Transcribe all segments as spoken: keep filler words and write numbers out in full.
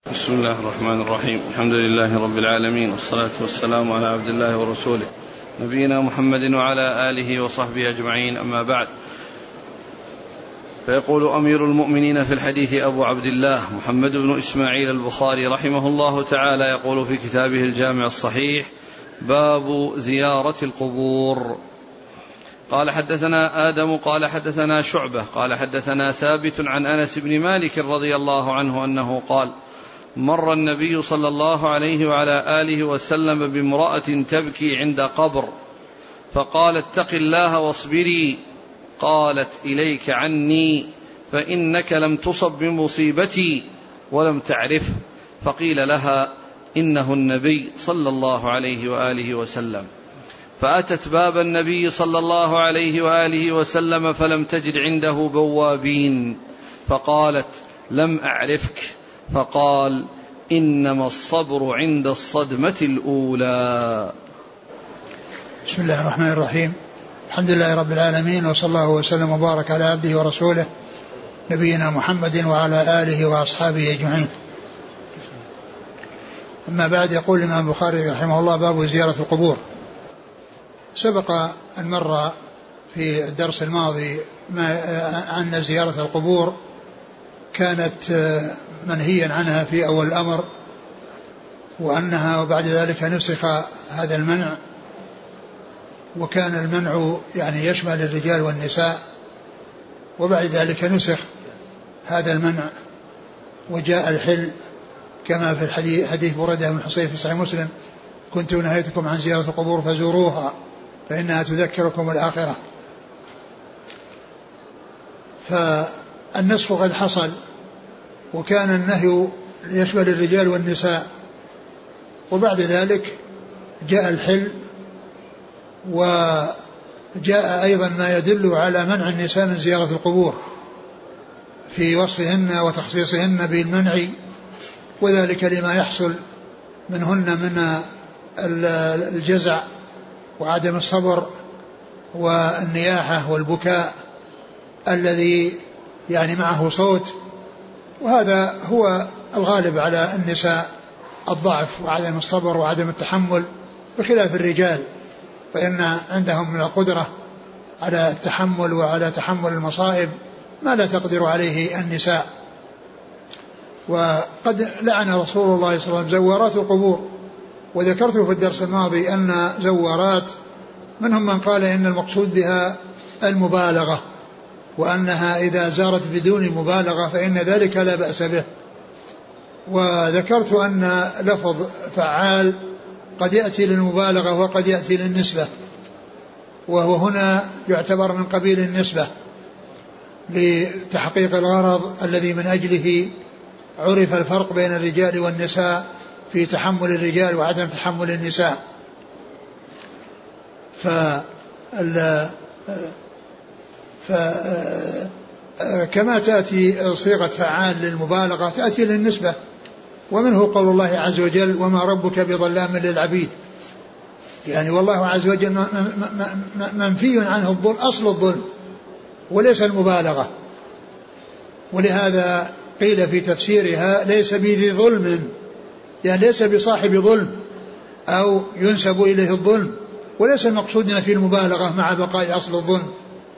بسم الله الرحمن الرحيم. الحمد لله رب العالمين، والصلاة والسلام على عبد الله ورسوله نبينا محمد وعلى آله وصحبه أجمعين، أما بعد. فيقول أمير المؤمنين في الحديث أبو عبد الله محمد بن إسماعيل البخاري رحمه الله تعالى، يقول في كتابه الجامع الصحيح: باب زيارة القبور. قال حدثنا آدم قال حدثنا شعبة قال حدثنا ثابت عن أنس بن مالك رضي الله عنه أنه قال: مر النبي صلى الله عليه وعلى آله وسلم بامرأة تبكي عند قبر، فقال: اتق الله واصبري. قالت: إليك عني، فإنك لم تصب بمصيبتي ولم تعرف. فقيل لها: إنه النبي صلى الله عليه وآله وسلم. فأتت باب النبي صلى الله عليه وآله وسلم فلم تجد عنده بوابين، فقالت: لم أعرفك. فقال: إنما الصبر عند الصدمة الأولى. بسم الله الرحمن الرحيم. الحمد لله رب العالمين، وصلى الله وسلم وبارك على عبده ورسوله نبينا محمد وعلى آله وأصحابه أجمعين. أما بعد، يقول الإمام البخاري رحمه الله: باب زيارة القبور. سبق أن مر في الدرس الماضي ما أن زيارة القبور كانت منهيا عنها في أول الأمر، وأنها وبعد ذلك نسخ هذا المنع، وكان المنع يعني يشمل الرجال والنساء، وبعد ذلك نسخ هذا المنع وجاء الحل، كما في الحديث حديث بريدة بن حصير في صحيح مسلم: كنت نهيتكم عن زيارة القبور فزوروها فإنها تذكركم الآخرة. فالنسخ قد حصل، وكان النهي يشمل الرجال والنساء، وبعد ذلك جاء الحل، وجاء أيضا ما يدل على منع النساء من زيارة القبور في وصفهن وتخصيصهن بالمنع، وذلك لما يحصل منهن من الجزع وعدم الصبر والنياحة والبكاء الذي يعني معه صوت، وهذا هو الغالب على النساء، الضعف وعدم الصبر وعدم التحمل، بخلاف الرجال فإن عندهم من القدرة على التحمل وعلى تحمل المصائب ما لا تقدر عليه النساء. وقد لعن رسول الله صلى الله عليه وسلم زوارات القبور، وذكرت في الدرس الماضي أن زوارات منهم من قال إن المقصود بها المبالغة، وأنها إذا زارت بدون مبالغة فإن ذلك لا بأس به. وذكرت أن لفظ فعال قد يأتي للمبالغة وقد يأتي للنسبة، وهو هنا يعتبر من قبيل النسبة لتحقيق الغرض الذي من أجله عرف الفرق بين الرجال والنساء في تحمل الرجال وعدم تحمل النساء. فكما تأتي صيغة فعال للمبالغة تأتي للنسبة، ومنه قول الله عز وجل: وما ربك بظلام للعبيد، يعني والله عز وجل منفي عنه الظلم، أصل الظلم وليس المبالغة. ولهذا قيل في تفسيرها: ليس بذي ظلم، يعني ليس بصاحب ظلم أو ينسب إليه الظلم، وليس المقصود في المبالغة مع بقاء أصل الظلم.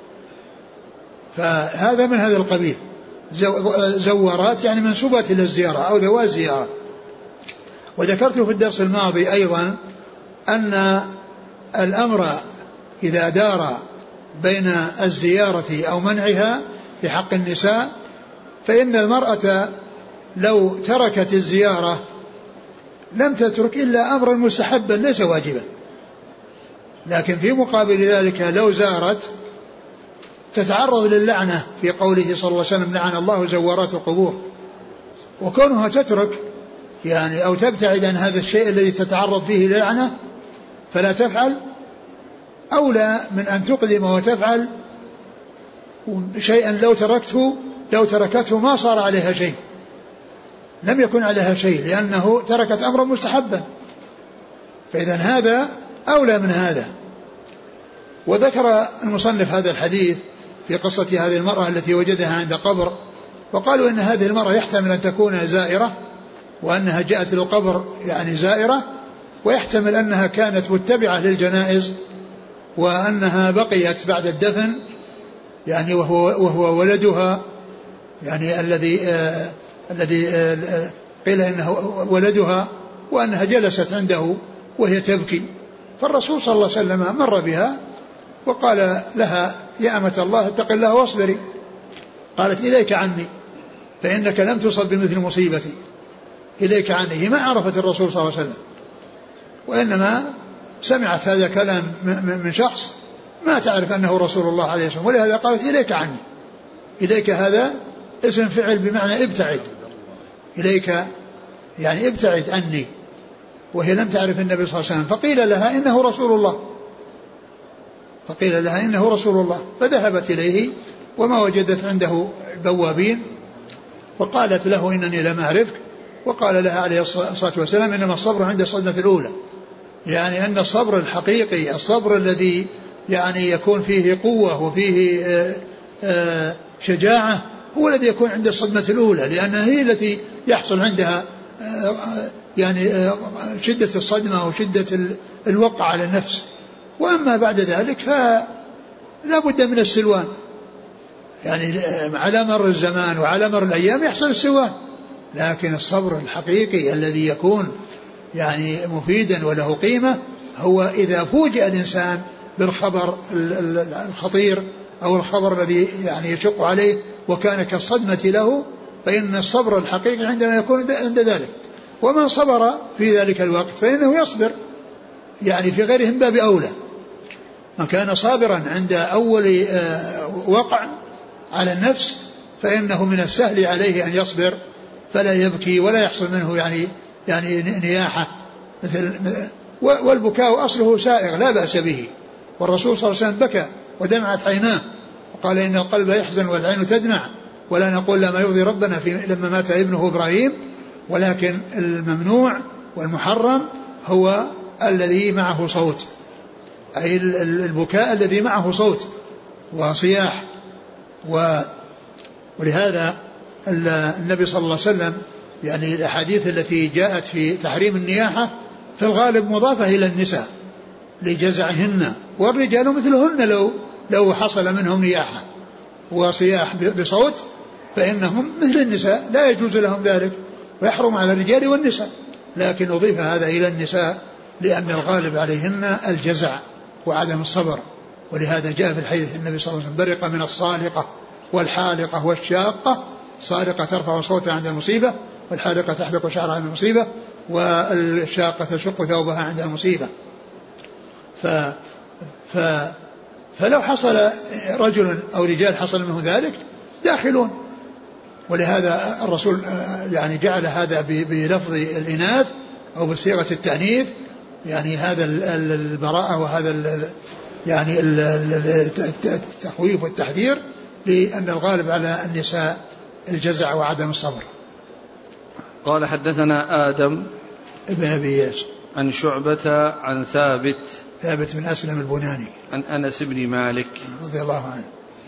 فهذا من هذا القبيل، زوارات يعني منسوبات إلى الزيارة أو ذوات زيارة. وذكرت في الدرس الماضي أيضا أن الأمر إذا دار بين الزيارة أو منعها في حق النساء، فإن المرأة لو تركت الزيارة لم تترك إلا أمرا مستحبا ليس واجبا، لكن في مقابل ذلك لو زارت تتعرض للعنة في قوله صلى الله عليه وسلم: لعن الله زوارات القبور. وكونها تترك يعني أو تبتعد عن هذا الشيء الذي تتعرض فيه للعنة فلا تفعل، أولى من أن تقدم وتفعل شيئا لو تركته لو تركته ما صار عليها شيء، لم يكن عليها شيء، لأنه تركت أمرا مستحبا، فإذا هذا أولى من هذا. وذكر المصنف هذا الحديث في قصة هذه المرأة التي وجدها عند قبر، وقالوا إن هذه المرأة يحتمل أن تكون زائرة وأنها جاءت للقبر يعني زائرة، ويحتمل أنها كانت متبعة للجنائز وأنها بقيت بعد الدفن يعني وهو, وهو ولدها يعني الذي آه الذي آه قيل إنه ولدها، وأنها جلست عنده وهي تبكي، فالرسول صلى الله عليه وسلم مر بها وقال لها يا أمة الله اتق الله واصبري. قالت إليك عني فإنك لم تصب بمثل مصيبتي. إليك عني هي ما عرفت الرسول صلى الله عليه وسلم، وإنما سمعت هذا كلام من شخص ما تعرف أنه رسول الله عليه وسلم، ولهذا قالت إليك عني. إليك هذا اسم فعل بمعنى ابتعد، إليك يعني ابتعد عني، وهي لم تعرف النبي صلى الله عليه وسلم، فقيل لها إنه رسول الله فقيل لها إنه رسول الله فذهبت إليه وما وجدت عنده بوابين، وقالت له إنني لم أعرفك، وقال لها عليه الصلاة والسلام إنما الصبر عند الصدمة الأولى، يعني أن الصبر الحقيقي الصبر الذي يعني يكون فيه قوة وفيه شجاعة هو الذي يكون عند الصدمة الأولى، لأنها هي التي يحصل عندها يعني شدة الصدمة وشدة الوقع على النفس. وأما بعد ذلك فلا بد من السلوان، يعني على مر الزمان وعلى مر الأيام يحصل السلوان، لكن الصبر الحقيقي الذي يكون يعني مفيدا وله قيمة هو إذا فوجئ الإنسان بالخبر الخطير أو الخبر الذي يعني يشق عليه وكان كالصدمة له، فإن الصبر الحقيقي عندما يكون عند ذلك. ومن صبر في ذلك الوقت فإنه يصبر يعني في غيره من باب أولى. من كان صابرا عند أول وقع على النفس فإنه من السهل عليه أن يصبر فلا يبكي ولا يحصل منه يعني يعني نياحة مثل، والبكاء أصله سائغ لا بأس به، والرسول صلى الله عليه وسلم بكى ودمعت عيناه وقال إن القلب يحزن والعين تدمع، ولا نقول لما يرضي ربنا في لما مات ابنه إبراهيم، ولكن الممنوع والمحرم هو الذي معه صوت، أي البكاء الذي معه صوت وصياح. ولهذا النبي صلى الله عليه وسلم يعني الأحاديث التي جاءت في تحريم النياحة في الغالب مضافة إلى النساء لجزعهن، والرجال مثلهن لو لو حصل منهم نياحة وصياح بصوت فإنهم مثل النساء لا يجوز لهم ذلك ويحرم على الرجال والنساء، لكن أضيف هذا إلى النساء لأن الغالب عليهن الجزع وعدم الصبر. ولهذا جاء في الحديث النبي صلى الله عليه وسلم برق من الصالقة والحالقة والشاقة، صالقة ترفع صوتها عند المصيبة، والحالقة تحلق شعرها عند المصيبة، والشاقة تشق ثوبها عند المصيبة. ف ف فلو حصل رجل أو رجال حصل منه ذلك داخلون، ولهذا الرسول يعني جعل هذا بلفظ الإناث أو بصيغة التأنيث، يعني هذا البراءة وهذا يعني التخويف والتحذير، لأن الغالب على النساء الجزع وعدم الصبر. قال حدثنا آدم ابن أبي إياس عن شعبة عن ثابت ثابت بن أسلم البناني عن أنس بن مالك رضي الله عنه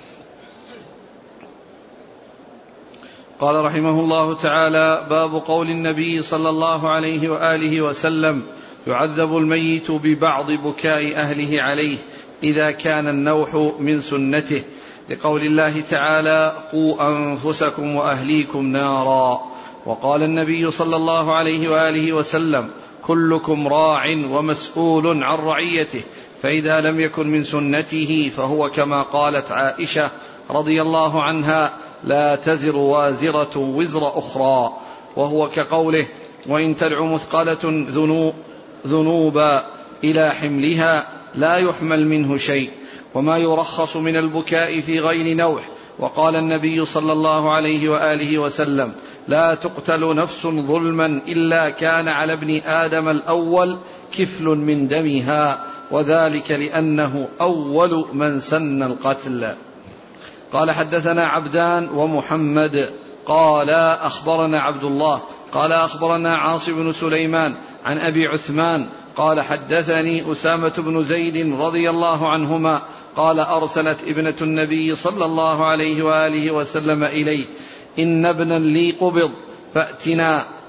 قال رحمه الله تعالى: باب قول النبي صلى الله عليه وآله وسلم: يعذب الميت ببعض بكاء أهله عليه إذا كان النوح من سنته، لقول الله تعالى: قوا أنفسكم وأهليكم نارا. وقال النبي صلى الله عليه وآله وسلم: كلكم راع ومسؤول عن رعيته، فإذا لم يكن من سنته فهو كما قالت عائشة رضي الله عنها: لا تزر وازرة وزر أخرى، وهو كقوله: وإن تدع مثقلة ذنوبا إلى حملها لا يحمل منه شيء. وما يرخص من البكاء في غير نوح. وقال النبي صلى الله عليه وآله وسلم: لا تقتل نفس ظلما إلا كان على ابن آدم الأول كفل من دمها، وذلك لأنه أول من سن القتل. قال حدثنا عبدان ومحمد قال أخبرنا عبد الله قال أخبرنا عاصم بن سليمان عن أبي عثمان قال حدثني أسامة بن زيد رضي الله عنهما قال: أرسلت ابنة النبي صلى الله عليه وآله وسلم إليه: إن ابنا لي قبض فأتنا.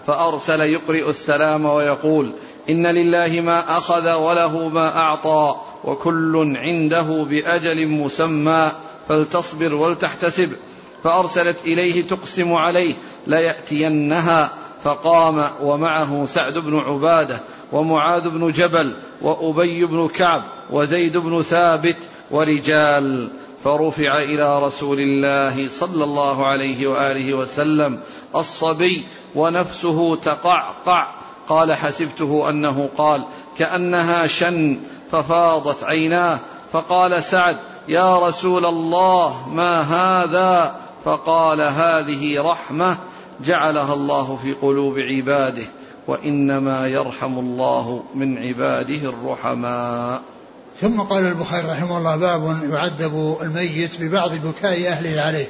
فأرسل يقرئ السلام ويقول: إن لله ما أخذ وله ما أعطى وكل عنده بأجل مسمى فلتصبر ولتحتسب. فأرسلت إليه تقسم عليه ليأتينها، فقام ومعه سعد بن عبادة ومعاذ بن جبل وأبي بن كعب وزيد بن ثابت ورجال، فرفع إلى رسول الله صلى الله عليه وآله وسلم الصبي ونفسه تقعقع. قال: حسبته أنه قال كأنها شن، ففاضت عيناه. فقال سعد: يا رسول الله ما هذا؟ فقال: هذه رحمة جعلها الله في قلوب عباده، وإنما يرحم الله من عباده الرحماء. ثم قال البخاري رحمه الله: باب يعذب الميت ببعض بكاء أهله عليه.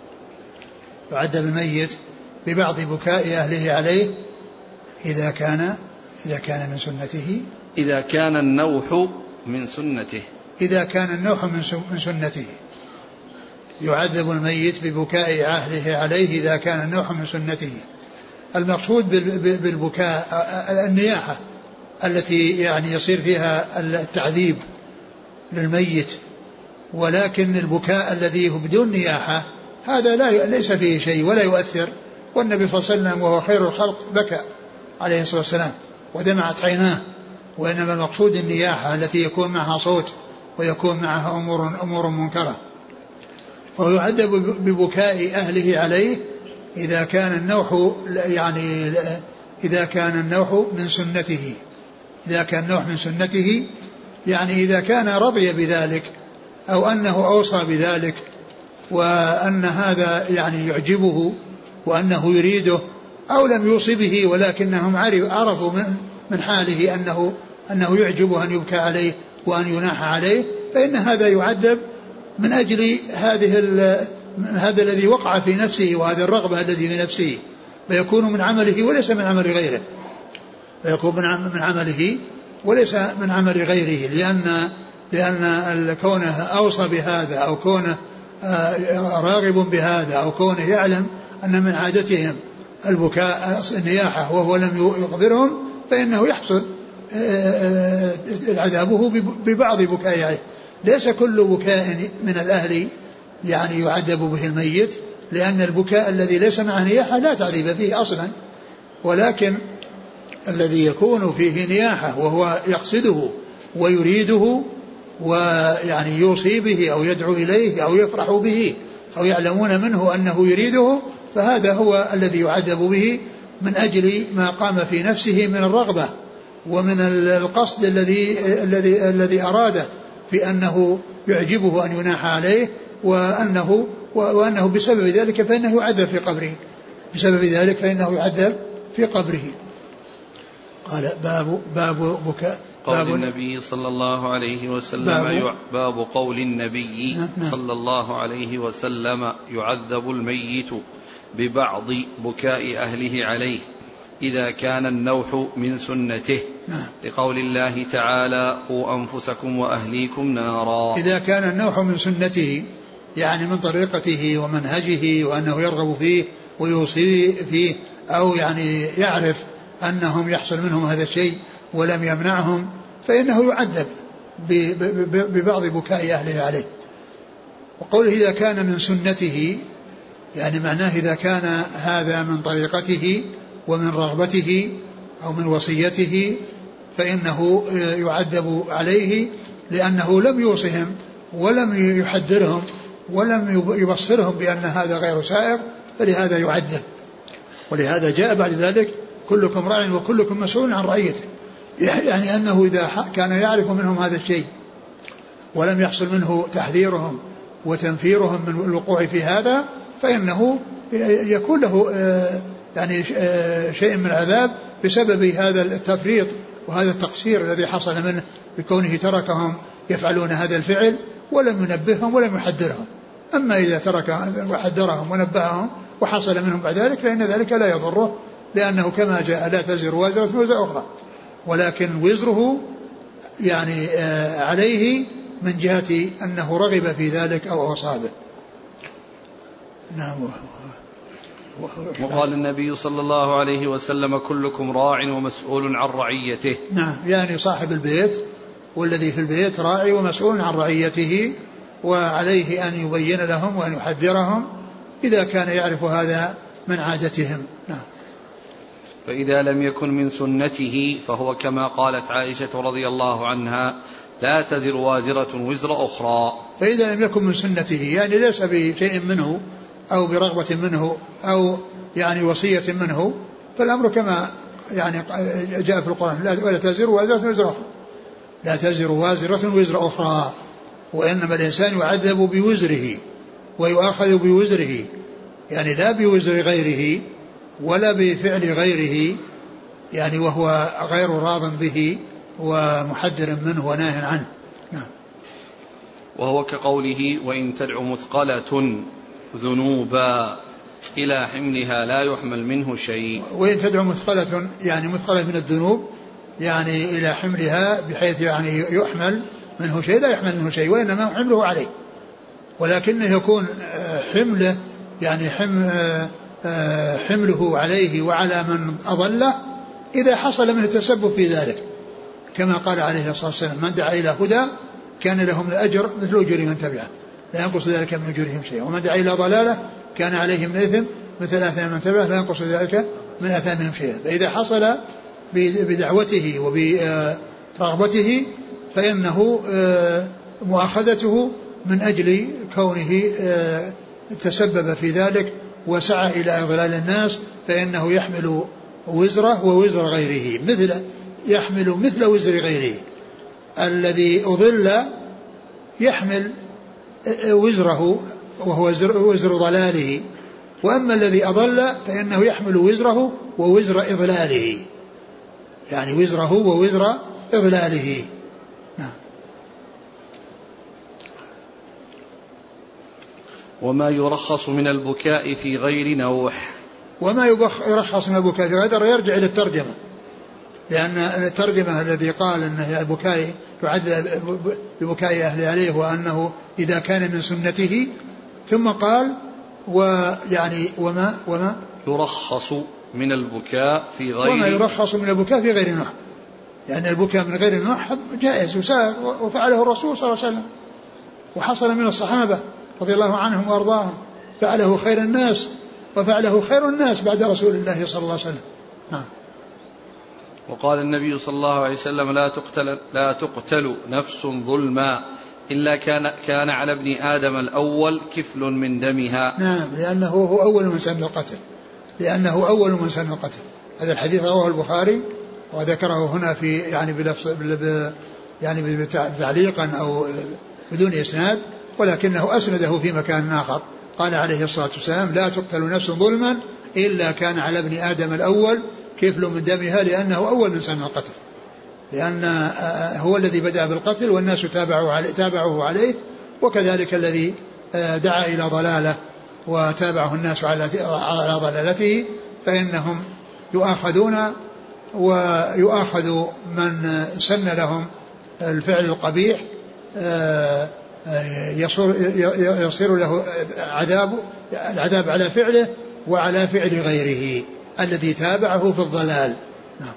يعذب الميت ببعض بكاء أهله عليه إذا كان إذا كان من سنته إذا كان النوح من سنته إذا كان النوح من سنته يعذب الميت ببكاء أهله عليه إذا كان النوح من سنته. المقصود بالبكاء النياحة التي يعني يصير فيها التعذيب للميت، ولكن البكاء الذي هو بدون نياحة هذا لا ليس فيه شيء ولا يؤثر. والنبي صلى الله عليه وسلم وهو خير الخلق بكى عليه الصلاة والسلام ودمعت عيناه، وإنما المقصود النياحة التي يكون معها صوت ويكون معها أمور, أمور منكرة. ويعذب ببكاء أهله عليه إذا كان النوح يعني إذا كان النوح من سنته إذا كان النوح من سنته يعني إذا كان رضي بذلك أو أنه أوصى بذلك وأن هذا يعني يعجبه وأنه يريده، أو لم يوصي به ولكنهم عرفوا من من حاله أنه أنه يعجبه أن يبكى عليه وأن يناح عليه، فإن هذا يعذب من أجل هذه هذا الذي وقع في نفسه وهذه الرغبة التي في نفسه، فيكون من عمله وليس من عمل غيره فيكون من عمله وليس من عمل غيره لأن لأن كونه أوصى بهذا أو كونه راغب بهذا أو كونه يعلم أن من عادتهم البكاء النياحة وهو لم يخبرهم، فإنه يحصل عذابه ببعض بكائه. ليس كل بكاء من الأهل يعني يعذب به الميت، لأن البكاء الذي ليس معه نياحة لا تعذيب فيه أصلا، ولكن الذي يكون فيه نياحة وهو يقصده ويريده ويعني يوصي به أو يدعو إليه أو يفرح به أو يعلمون منه أنه يريده، فهذا هو الذي يعذب به من أجل ما قام في نفسه من الرغبة ومن القصد الذي الذي الذي أراده في أنه يعجبه أن يناح عليه، وأنه وأنه بسبب ذلك فإنه يعذب في قبره بسبب ذلك فإنه يعذب في قبره. قال: باب باب بكاء قول النبي صلى الله عليه وسلم باب, باب قول النبي صلى الله عليه وسلم: يعذب الميت ببعض بكاء أهله عليه إذا كان النوح من سنته، لقول الله تعالى: قوا أنفسكم وأهليكم نارا. إذا كان النوح من سنته يعني من طريقته ومنهجه وأنه يرغب فيه ويوصي فيه، أو يعني يعرف أنهم يحصل منهم هذا الشيء ولم يمنعهم، فإنه يعذب ببعض بكاء أهله عليه. وقوله إذا كان من سنته يعني معناه إذا كان هذا من طريقته ومن رغبته أو من وصيته فإنه يعذب عليه، لأنه لم يوصهم ولم يحذرهم ولم يبصرهم بأن هذا غير سائغ، فلهذا يعذب. ولهذا جاء بعد ذلك: كلكم راع وكلكم مسؤول عن رعيته، يعني أنه إذا كان يعرف منهم هذا الشيء ولم يحصل منه تحذيرهم وتنفيرهم من الوقوع في هذا، فإنه يكون له يعني شيء من العذاب بسبب هذا التفريط وهذا التقصير الذي حصل منه بكونه تركهم يفعلون هذا الفعل ولم ينبههم ولم يحذرهم. أما إذا ترك وحذرهم ونبههم وحصل منهم بعد ذلك فإن ذلك لا يضره، لأنه كما جاء: لا تزر وازرة وزر أخرى، ولكن وزره يعني عليه من جهة أنه رغب في ذلك أو أصابه. نعم. وقال النبي صلى الله عليه وسلم كلكم راع ومسؤول عن رعيته. نعم، يعني صاحب البيت والذي في البيت راعي ومسؤول عن رعيته، وعليه أن يبين لهم وأن يحذرهم إذا كان يعرف هذا من عادتهم. نعم. فإذا لم يكن من سنته فهو كما قالت عائشة رضي الله عنها لا تزر وازرة وزر أخرى. فإذا لم يكن من سنته يعني ليس بشيء منه أو برغبة منه أو يعني وصية منه، فالأمر كما يعني جاء في القرآن ولا تزر وازرة وزر أخرى، لا تزر وازرة وزر أخرى، وإنما الإنسان يعذب بوزره ويؤاخذ بوزره، يعني لا بوزر غيره ولا بفعل غيره، يعني وهو غير راض به ومحذر منه وناه عنه. نعم. وهو كقوله وإن تدع مثقلة ذنوبا إلى حملها لا يحمل منه شيء. وإن تدع مثقلة يعني مثقلة من الذنوب يعني إلى حملها بحيث يعني يحمل منه شيء، لا يحمل منه شيء وإنما حمله عليه، ولكنه يكون حمله يعني حمله عليه وعلى من أضله إذا حصل منه التسبب في ذلك، كما قال عليه الصلاة والسلام من دعا إلى هدى كان له من الأجر مثل أجر من تبعه لا ينقص ذلك من أجورهم شيئا، ومن دعا إلى ضلالة كان عليه من الإثم مثل آثام من تبعه لا ينقص ذلك من آثامهم شيئا. فإذا حصل بدعوته وبرغبته فإنه مؤاخذته من أجل كونه تسبب في ذلك وسعى إلى إضلال الناس، فإنه يحمل وزره ووزر غيره، مثل يحمل مثل وزر غيره. الذي أضل يحمل وزره وهو وزر ضلاله، وأما الذي أضل فإنه يحمل وزره ووزر إضلاله، يعني وزره ووزر إضلاله. نعم. وما يرخص من البكاء في غير نوح. وما يرخص من البكاء في غير يرجع إلى الترجمة، لأن الترجمة الذي قال أن البكاء يعذب ببكاء أهل عليه وأنه إذا كان من سنته، ثم قال ويعني وما وما يرخص من البكاء في غير وما يرخص من البكاء في غير نوح، لأن يعني البكاء من غير نوح جائز وفعله الرسول صلى الله عليه وسلم وحصل من الصحابة رضي الله عنهم وأرضاهم، فعله خير الناس وفعله خير الناس بعد رسول الله صلى الله عليه وسلم. نعم. وقال النبي صلى الله عليه وسلم لا تقتل, لا تقتل نفس ظلما إلا كان, كان على ابن آدم الأول كفل من دمها. نعم، لأنه هو أول من سن القتل، لأنه أول من سن القتل. هذا الحديث رواه البخاري وذكره هنا في يعني بلفظ يعني بتعليقا أو بدون إسناد، ولكنه أسنده في مكان آخر. قال عليه الصلاة والسلام لا تقتل نفس ظلما إلا كان على ابن آدم الأول كفل من دمها، لأنه أول من سن القتل، لأن هو الذي بدأ بالقتل والناس تابعوا عليه تابعوه عليه، وكذلك الذي دعا إلى ضلالة وتابعه الناس على ضلالته فإنهم يؤاخذون، ويؤاخذ من سن لهم الفعل القبيح يصير له عذاب العذاب على فعله وعلى فعل غيره الذي تابعه في الضلال. نعم.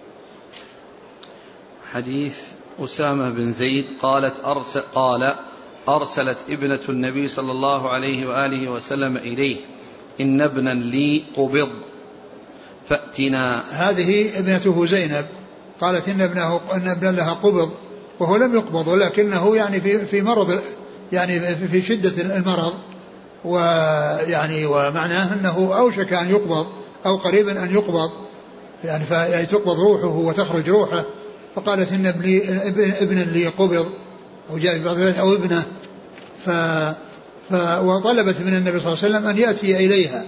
حديث أسامة بن زيد قالت أرسل قال أرسلت ابنة النبي صلى الله عليه وآله وسلم إليه إن ابنا لي قبض فأتنا. هذه ابنته زينب قالت إن ابنه إن ابنا لها قبض، وهو لم يقبض ولكنه يعني في في مرض يعني في شدة المرض، ويعني ومعناه أنه أوشك أن يقبض أو قريبا أن يقبض، يعني فتقبض روحه وتخرج روحه، فقالت إن ابن لي قبض أو جاء في بعض الروايات أو ابنه، ف وطلبت من النبي صلى الله عليه وسلم أن يأتي إليها،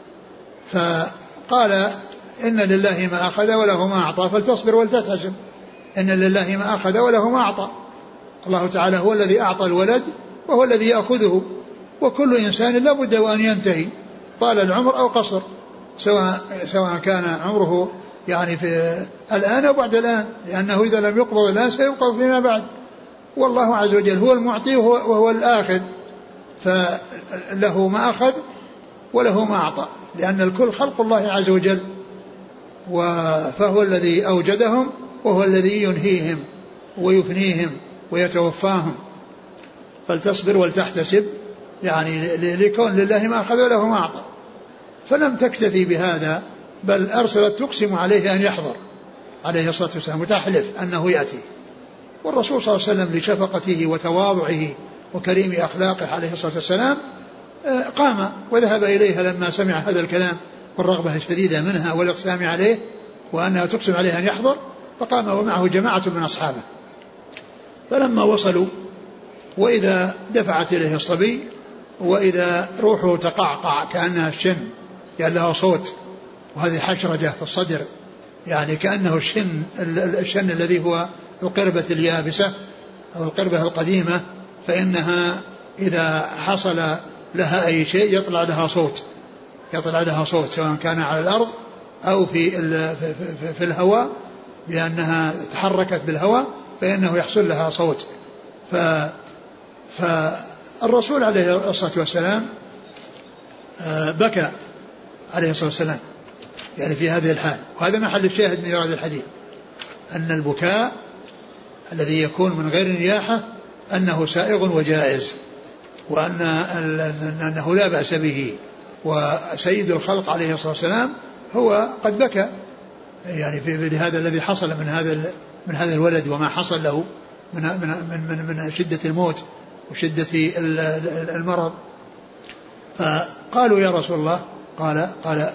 فقال إن لله ما أخذ وله ما أعطى فلتصبر ولتحتسب، إن لله ما أخذ وله ما أعطى، الله تعالى هو الذي أعطى الولد وهو الذي يأخذه، وكل إنسان لا بد وأن ينتهي طال العمر أو قصر، سواء سواء كان عمره يعني في الآن أو بعد الآن، لأنه إذا لم يقبض الآن سيقبض فيما بعد، والله عز وجل هو المعطي وهو الآخذ، فله ما أخذ وله ما أعطى، لأن الكل خلق الله عز وجل، فهو الذي أوجدهم وهو الذي ينهيهم ويفنيهم ويتوفاهم. فلتصبر ولتحتسب، يعني لكون لله ما أخذ وله ما أعطى. فلم تكتفي بهذا، بل أرسلت تقسم عليه أن يحضر عليه الصلاة والسلام وتحلف أنه يأتي. والرسول صلى الله عليه وسلم لشفقته وتواضعه وكريم أخلاقه عليه الصلاة والسلام قام وذهب إليها لما سمع هذا الكلام والرغبة الشديدة منها والإقسام عليه وأنها تقسم عليه أن يحضر، فقام ومعه جماعة من أصحابه. فلما وصلوا وإذا دفعت إليه الصبي، وإذا روحه تقعقع كأنها الشن، يعني لها صوت، وهذه حشرجة في الصدر، يعني كأنه الشن, الشن الذي هو القربة اليابسة أو القربة القديمة، فإنها إذا حصل لها أي شيء يطلع لها صوت يطلع لها صوت سواء كان على الأرض أو في, في الهواء، بأنها تحركت بالهواء فإنه يحصل لها صوت. ف فالرسول عليه الصلاة والسلام بكى عليه الصلاة والسلام يعني في هذه الحال، وهذا محل الشاهد من إيراد الحديث، أن البكاء الذي يكون من غير نياحة أنه سائغ وجائز، وأن أنه لا بأس به. وسيد الخلق عليه الصلاة والسلام هو قد بكى يعني في هذا الذي حصل من هذا من هذا الولد وما حصل له من من من, من شدة الموت وشدة المرض. فقالوا يا رسول الله، قال قال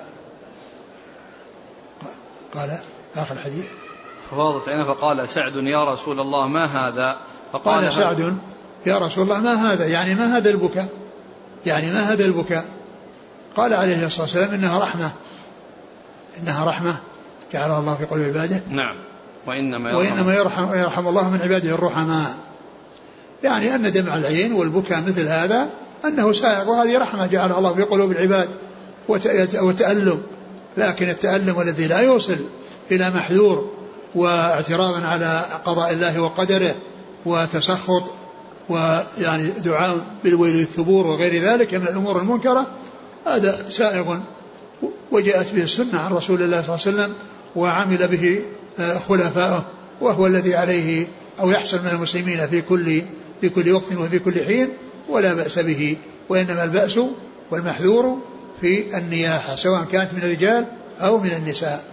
قال آخر الحديث ففاضت عينه فقال سعد يا رسول الله ما هذا؟ فقال قال سعد يا رسول الله ما هذا، يعني ما هذا البكاء، يعني ما هذا البكاء؟ قال عليه الصلاة والسلام إنها رحمة إنها رحمة جعلها الله في قلوب عباده. نعم. وإنما يرحم, وإنما يرحم, يرحم الله من عباده الرحماء، يعني أن دمع العين والبكاء مثل هذا أنه سائغ، وهذه رحمة جعلها الله في قلوب العباد وتألم، لكن التألم الذي لا يوصل إلى محذور واعتراضا على قضاء الله وقدره وتسخط ويعني دعاء بالويل والثبور وغير ذلك من الأمور المنكرة، هذا سائغ وجاءت به السنة عن رسول الله صلى الله عليه وسلم وعمل به خلفاؤه، وهو الذي عليه أو يحصل من المسلمين في كل في كل وقت وفي كل حين، ولا بأس به. وإنما البأس والمحذور في النياحة سواء كانت من الرجال أو من النساء.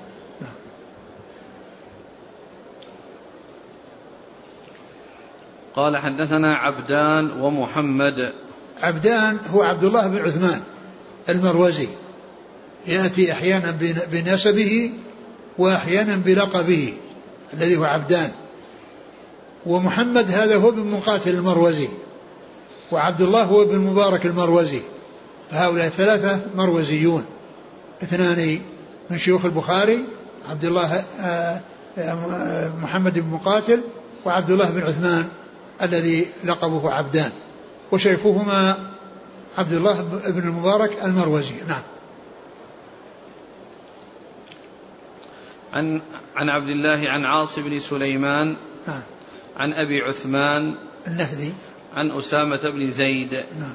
قال حدثنا عبدان ومحمد. عبدان هو عبد الله بن عثمان المروزي، يأتي أحيانا بنسبه وأحيانا بلقبه الذي هو عبدان. ومحمد هذا هو ابن مقاتل المروزي، وعبد الله هو ابن مبارك المروزي، فهؤلاء الثلاثة مروزيون، اثنان من شيوخ البخاري، عبد الله محمد بن مقاتل وعبد الله بن عثمان الذي لقبه عبدان، وشيخهما عبد الله بن المبارك المروزي. نعم. عن عن عبد الله عن عاص بن سليمان. نعم. عن أبي عثمان النهدي. عن أسامة بن زيد. نعم.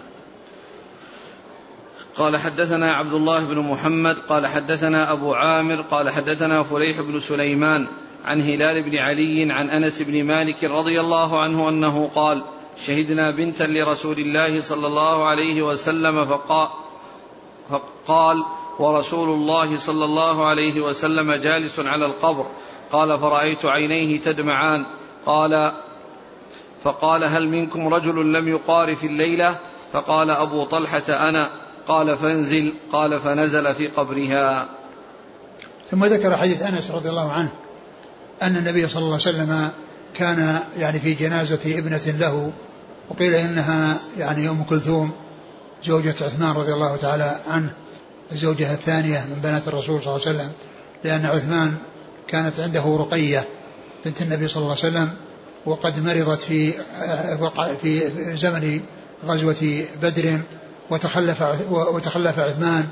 قال حدثنا عبد الله بن محمد قال حدثنا أبو عامر قال حدثنا فليح بن سليمان عن هلال بن علي عن أنس بن مالك رضي الله عنه أنه قال شهدنا بنتا لرسول الله صلى الله عليه وسلم فقال, فقال ورسول الله صلى الله عليه وسلم جالس على القبر، قال فرأيت عينيه تدمعان، قال فقال هل منكم رجل لم يقارف الليلة؟ فقال أبو طلحة أنا، قال فانزل، قال فنزل في قبرها. ثم ذكر حديث أنس رضي الله عنه أن النبي صلى الله عليه وسلم كان يعني في جنازة ابنة له، وقيل إنها يعني أم كلثوم زوجة عثمان رضي الله تعالى عنه، الزوجة الثانية من بنات الرسول صلى الله عليه وسلم، لأن عثمان كانت عنده رقية بنت النبي صلى الله عليه وسلم، وقد مرضت في في زمن غزوة بدر، وتخلف وتخلف عثمان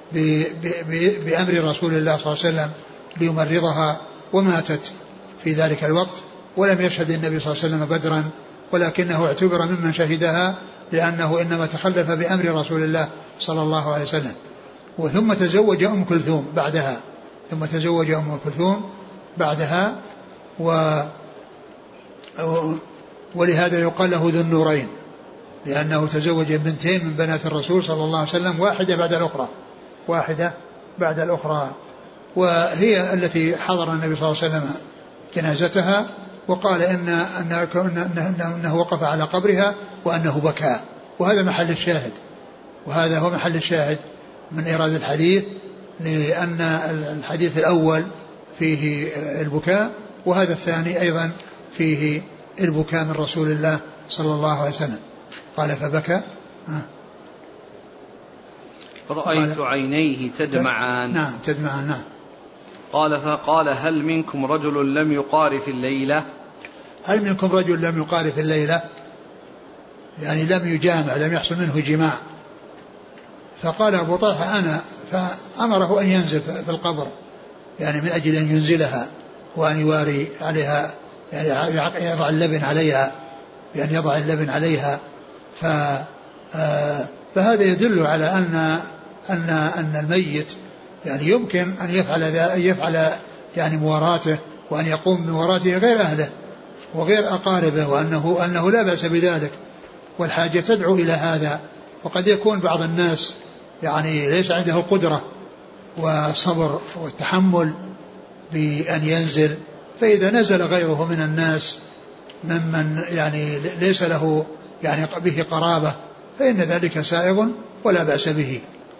بأمر رسول الله صلى الله عليه وسلم ليمرضها، وماتت في ذلك الوقت، ولم يشهد النبي صلى الله عليه وسلم بدرا، ولكنه اعتبر ممن شهدها لأنه إنما تخلف بأمر رسول الله صلى الله عليه وسلم. وثم تزوج أم كلثوم بعدها ثم تزوج أم كلثوم بعدها و ولهذا يقال له ذو النورين، لأنه تزوج بنتين من بنات الرسول صلى الله عليه وسلم، واحدة بعد الأخرى واحدة بعد الأخرى وهي التي حضر النبي صلى الله عليه وسلم جنازتها، وقال إن أنه, إنه, إنه وقف على قبرها وأنه بكى. وهذا محل الشاهد وهذا هو محل الشاهد من إيراد الحديث، لأن الحديث الأول فيه البكاء، وهذا الثاني أيضا فيه البكاء من رسول الله صلى الله عليه وسلم. قال فبكى رأيت عينيه تدمعان. نعم تدمعان. نعم. قال فقال هل منكم رجل لم يقارف الليلة؟ هل منكم رجل لم يقارف الليلة يعني لم يجامع، لم يحصل منه جماع. فقال أبو طلحة أنا، فأمره أن ينزل في القبر يعني من أجل أن ينزلها وأن يواري عليها يعني يضع اللبن عليها يعني يضع اللبن عليها ف فهذا يدل على أن أن أن الميت يعني يمكن أن يفعل أن يفعل يعني مواراته وأن يقوم بمواراته غير أهله وغير أقاربه، وأنه أنه لا بأس بذلك، والحاجة تدعو إلى هذا. وقد يكون بعض الناس يعني ليس عنده القدرة والصبر والتحمل بأن ينزل، فإذا نزل غيره من الناس ممن يعني ليس له يعني به قرابة فإن ذلك سائغ ولا بأس به.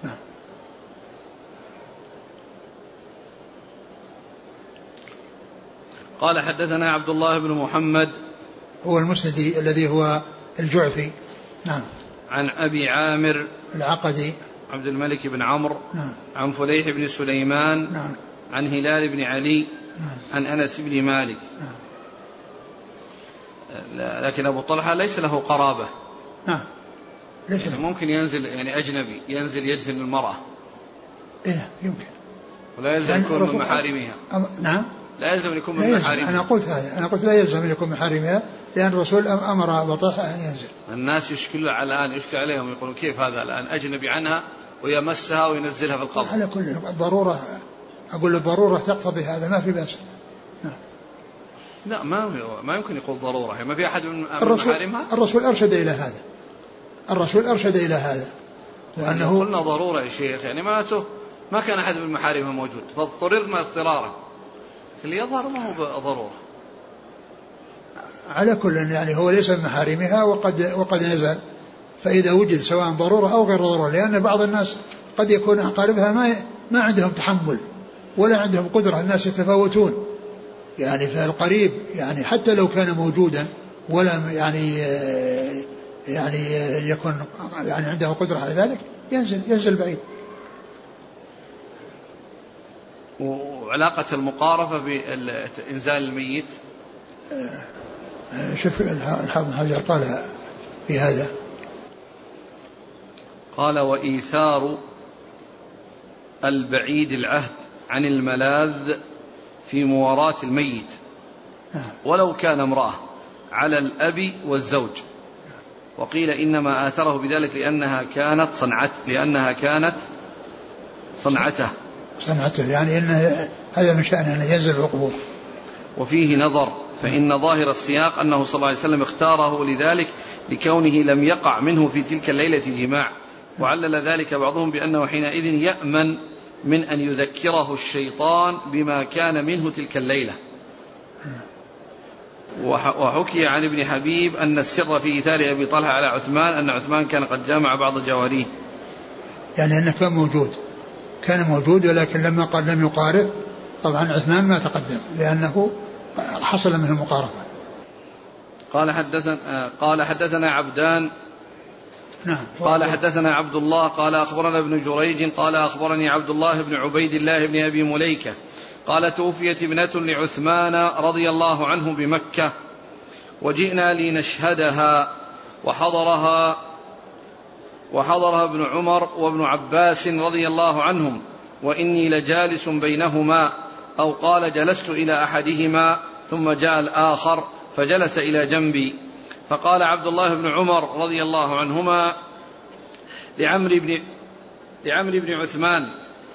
قال حدثنا عبد الله بن محمد هو المسندي الذي هو الجعفي. نعم. عن أبي عامر العقدي عبد الملك بن عمرو. نعم. عن فليح بن سليمان. نعم. عن هلال بن علي. نعم. عن أنس بن مالك. نعم. لكن أبو طلحة ليس له قرابة. نعم. ليس يعني ممكن ينزل يعني أجنبي ينزل يدفن المرأة. إيه يمكن. ولا يلزم يكون من محارمها. نعم. لا يلزم أن يكون من محارمها. أنا قلت هذا أنا قلت لا يلزم أن يكون من محارمها، لأن الرسول أمر أبو طلحة أن ينزل. الناس يشكل الآن يشكل عليهم يقولون كيف هذا الآن أجنبي عنها ويمسها وينزلها في القبر. على كل الضرورة أقول الضرورة تقتضي هذا ما في بأس. نعم. لا ما ما يمكن يقول ضرورة، ما في أحد من محارمها. الرسول أرشد إلى هذا الرسول أرشد إلى هذا وأنه قلنا ضرورة يا شيخ يعني معناته ما كان أحد من محارمها موجود فاضطررنا اضطرارا، اللي يظهر ما هو ضرورة. على كل يعني هو ليس من محارمها وقد وقد نزل، فإذا وجد سواء ضرورة أو غير ضرورة، لأن بعض الناس قد يكون أقاربها ما ما عندهم تحمل ولا عندهم قدرة، الناس يتفاوتون يعني. فالقريب يعني حتى لو كان موجودا ولم يعني يعني يكون يعني عنده قدرة على ذلك ينزل ينزل بعيد. وعلاقة المقارفة بإنزال الميت شوف الحافظ بن حجر قال في هذا، قال وإيثار البعيد العهد عن الملاذ في مواراة الميت ولو كان امرأة على الأب والزوج، وقيل إنما آثره بذلك لأنها كانت صنعت لأنها كانت صنعته صنعته يعني إن هذا من شأن أن ينزل في القبور. وفيه نظر، فإن ظاهر السياق أنه صلى الله عليه وسلم اختاره لذلك لكونه لم يقع منه في تلك الليلة جماع، وعلل ذلك بعضهم بأنه حينئذ يأمن من أن يذكره الشيطان بما كان منه تلك الليلة. وحكي عن ابن حبيب أن السر في إيثار أبي طلحة على عثمان أن عثمان كان قد جامع بعض جواريه، يعني أنه كان موجود كان موجود ولكن لما قال لم يقارب طبعا عثمان ما تقدم لأنه حصل منه المقاربة. قال حدثنا قال حدثنا عبدان. نعم. قال حدثنا عبد الله قال أخبرنا ابن جريج قال أخبرني عبد الله بن عبيد الله بن أبي مليكة قال توفيت ابنة لعثمان رضي الله عنه بمكة وجئنا لنشهدها وحضرها وحضرها ابن عمر وابن عباس رضي الله عنهم وإني لجالس بينهما، أو قال جلست إلى أحدهما ثم جاء الآخر فجلس إلى جنبي، فقال عبد الله بن عمر رضي الله عنهما لعمرو بن لعمرو بن عثمان: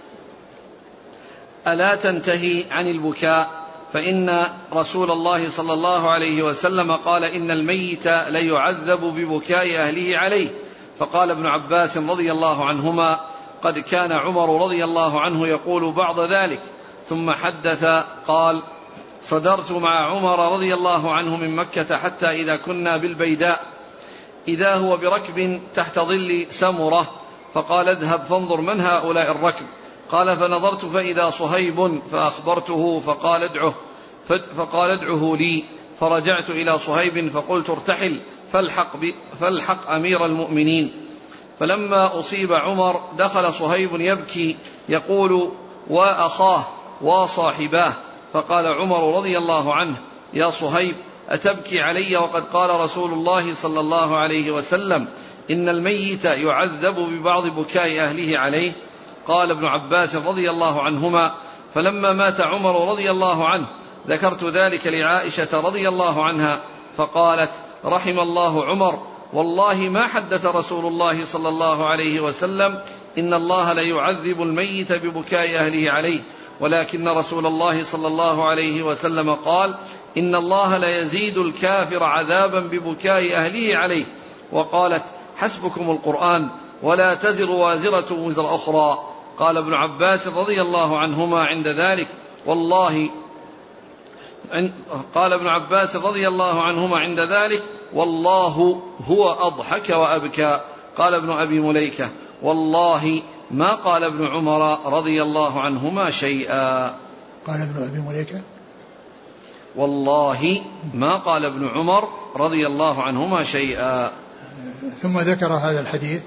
ألا تنتهي عن البكاء؟ فإن رسول الله صلى الله عليه وسلم قال: إن الميت ليعذب ببكاء أهله عليه. فقال ابن عباس رضي الله عنهما: قد كان عمر رضي الله عنه يقول بعض ذلك. ثم حدث قال: صدرت مع عمر رضي الله عنه من مكة حتى إذا كنا بالبيداء إذا هو بركب تحت ظل سمرة، فقال: اذهب فانظر من هؤلاء الركب. قال: فنظرت فإذا صهيب، فأخبرته فقال: ادعه فقال ادعه لي. فرجعت إلى صهيب فقلت: ارتحل فالحق, فالحق أمير المؤمنين. فلما أصيب عمر دخل صهيب يبكي يقول: وأخاه وصاحباه. فقال عمر رضي الله عنه: يا صهيب، أتبكي علي وقد قال رسول الله صلى الله عليه وسلم: إن الميت يعذب ببعض بكاء أهله عليه؟ قال ابن عباس رضي الله عنهما: فلما مات عمر رضي الله عنه ذكرت ذلك لعائشة رضي الله عنها فقالت: رحم الله عمر، والله ما حدث رسول الله صلى الله عليه وسلم إن الله ليعذب الميت ببكاء أهله عليه، ولكن رسول الله صلى الله عليه وسلم قال: إن الله ليزيد الكافر عذابا ببكاء أهله عليه. وقالت: حسبكم القرآن، ولا تزر وازرة وزر أخرى. قال ابن عباس رضي الله عنهما عند ذلك: والله قال ابن عباس رضي الله عنهما عند ذلك: والله هو أضحك وأبكى. قال ابن أبي مليكة: والله ما قال ابن عمر رضي الله عنهما شيئا. قال ابن أبي مليكة: والله ما قال ابن عمر رضي الله عنهما شيئا. ثم ذكر هذا الحديث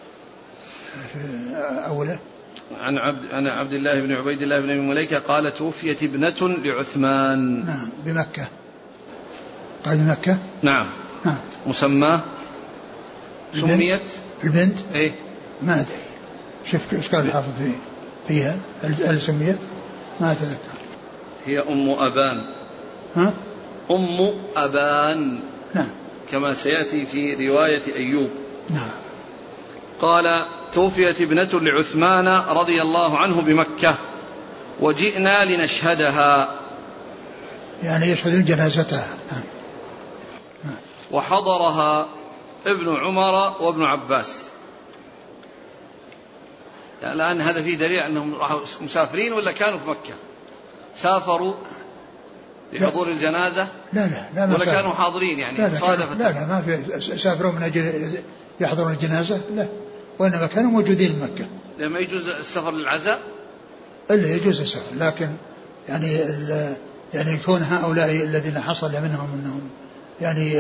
أوله عن عبد, عن عبد الله بن عبيد الله بن أبي مليكة قال: توفيت ابنة لعثمان. نعم، بمكة. قال بمكة. نعم. نعم. مسماه سميت البنت. إيه؟ ما أدري. شوف ايش قال الحافظ فيه فيها. هل سميت؟ ما أتذكر. هي أم أبان. ها؟ أم أبان. نعم. كما سيأتي في رواية أيوب. نعم. قال: توفيت ابنة لعثمان رضي الله عنه بمكة وجئنا لنشهدها، يعني يشهد جنازتها. نعم. نعم. وحضرها ابن عمر وابن عباس. يعني الآن هذا فيه دليل أنهم راحوا مسافرين ولا كانوا في مكة؟ سافروا لحضور لا. الجنازة؟ لا لا لا ما ولا كانوا, كانوا حاضرين يعني لا لا, لا لا ما في سافروا من أجل يحضرون الجنازة، لا، وإنما كانوا موجودين في مكة. لما يجوز السفر للعزاء؟ إلا يجوز السفر، لكن يعني يعني يكون هؤلاء الذين حصل منهم أنهم يعني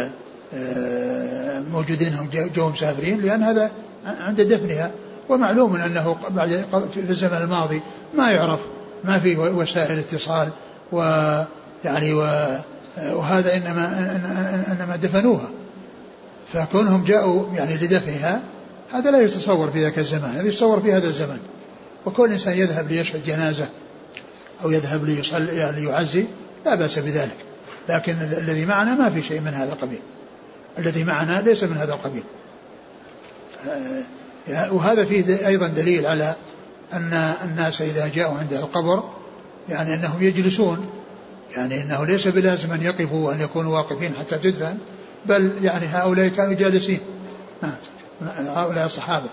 موجودين هم جو مسافرين، لأن هذا عند دفنها، ومعلوم أنه بعد في الزمن الماضي ما يعرف، ما في وسائل اتصال، ويعني وهذا إنما إنما دفنوها، فكونهم جاءوا يعني لدفنها هذا لا يتصور في ذاك الزمان، هذا يتصور في هذا الزمن. وكل إنسان يذهب ليشهد جنازة أو يذهب ليصلي يعني ليعزي لا بأس بذلك، لكن الذي معنا ما في شيء من هذا القبيل، الذي معنا ليس من هذا القبيل. وهذا فيه أيضا دليل على أن الناس إذا جاءوا عند القبر يعني أنهم يجلسون، يعني أنه ليس بلازم أن يقفوا وأن يكونوا واقفين حتى تدفن، بل يعني هؤلاء كانوا جالسين، هؤلاء الصحابة.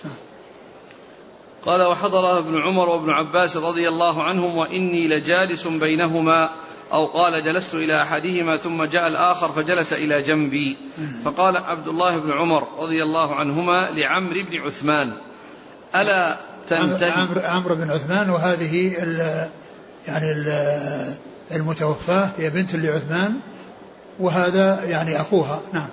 قال: وحضرها ابن عمر وابن عباس رضي الله عنهم وإني لجالس بينهما، أو قال: جلست إلى أحدهما ثم جاء الآخر فجلس إلى جنبي. فقال عبد الله بن عمر رضي الله عنهما لعمرو بن عثمان: ألا تنتهي؟ عمرو عمرو بن عثمان، وهذه ال يعني ال المتوفاة هي بنت لعثمان، وهذا يعني أخوها. نعم.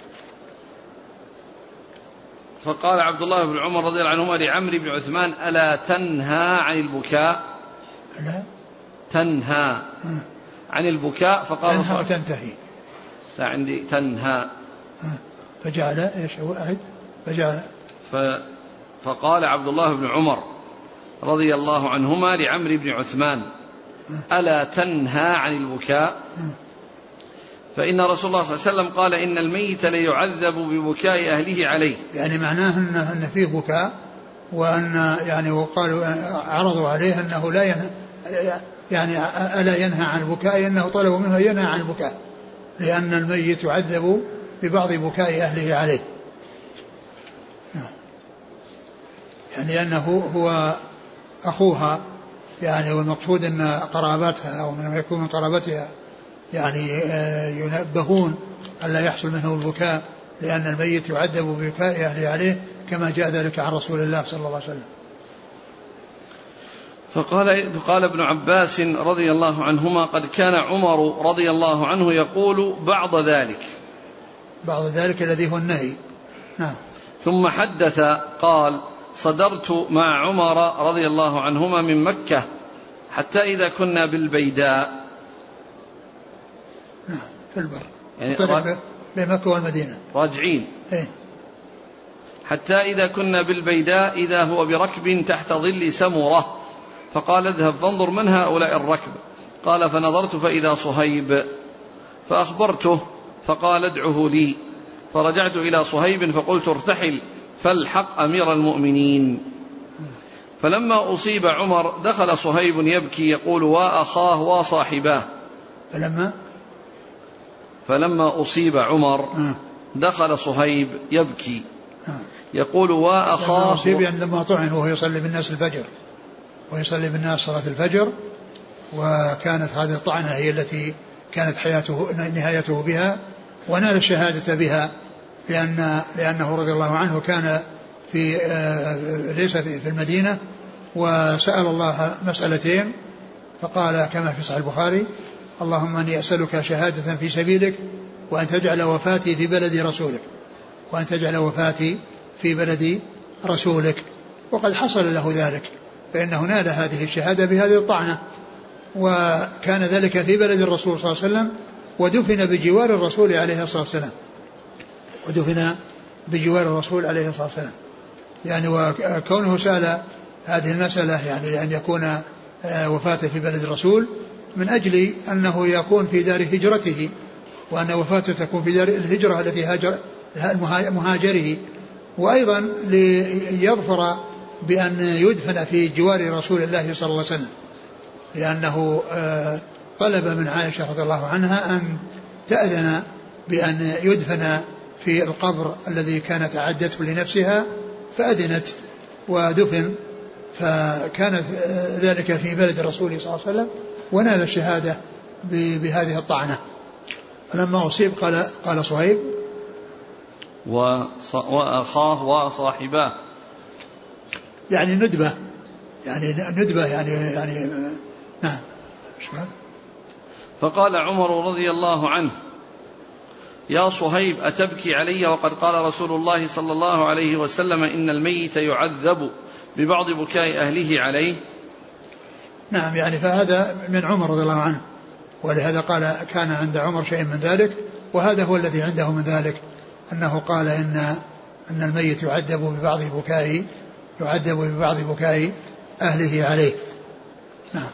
فقال عبد الله بن عمر رضي الله عنهما لعمرو بن عثمان: ألا تنهى عن البكاء؟ ألا تنهى عن البكاء؟ فقال: تنهى وتنتهي. لا عندي تنهى. فجعل ايش هو أعد فجعل ف... فقال عبد الله بن عمر رضي الله عنهما لعمرو بن عثمان: ألا تنهى عن البكاء؟ فإن رسول الله صلى الله عليه وسلم قال: إن الميت ليعذب ببكاء أهله عليه. يعني معناه أن فيه بكاء، وأن يعني وقالوا عرضوا عليه أنه لا ينهى يعني ألا ينهى عن البكاء، أنه طلبوا منه ينهى عن البكاء لأن الميت يعذب ببعض بكاء أهله عليه، يعني لأنه هو أخوها يعني، والمقصود أن قرابتها أو من يكون من قرابتها يعني ينبهون ألا يحصل منه البكاء لأن الميت يعذب ببكاء أهله عليه كما جاء ذلك عن رسول الله صلى الله عليه وسلم. فقال, فقال ابن عباس رضي الله عنهما قد كان عمر رضي الله عنه يقول بعض ذلك، بعض ذلك الذي هو النهي. نعم. ثم حدث قال صدرت مع عمر رضي الله عنهما من مكة حتى إذا كنا بالبيداء، نعم في البر يعني بين مكة والمدينة راجعين، إيه؟ حتى إذا كنا بالبيداء إذا هو بركب تحت ظل سمرة، فقال اذهب فانظر من هؤلاء الركب، قال فنظرت فإذا صهيب، فأخبرته فقال ادعه لي، فرجعت إلى صهيب فقلت ارتحل فالحق أمير المؤمنين. فلما أصيب عمر دخل صهيب يبكي يقول وأخاه وصاحباه، فلما فلما أصيب عمر دخل صهيب يبكي يقول وأخاه، لما أصيب يعني لما طعن وهو يصلي بالناس الفجر ويصلي بالناس صلاة الفجر، وكانت هذه الطعنة هي التي كانت حياته نهايته بها ونال الشهادة بها، لأن لأنه رضي الله عنه كان في ليس في المدينة وسأل الله مسألتين، فقال كما في صحيح البخاري اللهم أني أسألك شهادة في سبيلك وأن تجعل وفاتي في بلد رسولك وأن تجعل وفاتي في بلد رسولك، وقد حصل له ذلك، فإنه نال هذه الشهادة بهذه الطعنة، وكان ذلك في بلد الرسول صلى الله عليه وسلم، ودفن بجوار الرسول عليه الصلاة والسلام ودفن بجوار الرسول عليه الصلاة والسلام يعني، وكونه سأل هذه المسألة يعني لأن يكون وفاته في بلد الرسول من أجل أنه يكون في دار هجرته، وأن وفاته تكون في دار الهجرة التي هاجر مهاجره، وأيضا ليظفر بأن يدفن في جوار رسول الله صلى الله عليه وسلم، لأنه طلب من عائشة رضي الله عنها أن تأذن بأن يدفن في القبر الذي كانت أعدته لنفسها، فأذنت ودفن، فكانت ذلك في بلد الرسول صلى الله عليه وسلم ونال الشهادة بهذه الطعنة. فلما أصيب قال قال صهيب وأخاه وصاحباه يعني ندبة يعني ندبة يعني يعني نعم. فقال عمر رضي الله عنه يا صهيب أتبكي علي وقد قال رسول الله صلى الله عليه وسلم إن الميت يعذب ببعض بكاء أهله عليه. نعم يعني فهذا من عمر رضي الله عنه، ولهذا قال كان عند عمر شيء من ذلك، وهذا هو الذي عنده من ذلك، أنه قال إن أن الميت يعذب ببعض بكاء يعذب ببعض بكاء أهله عليه. نعم.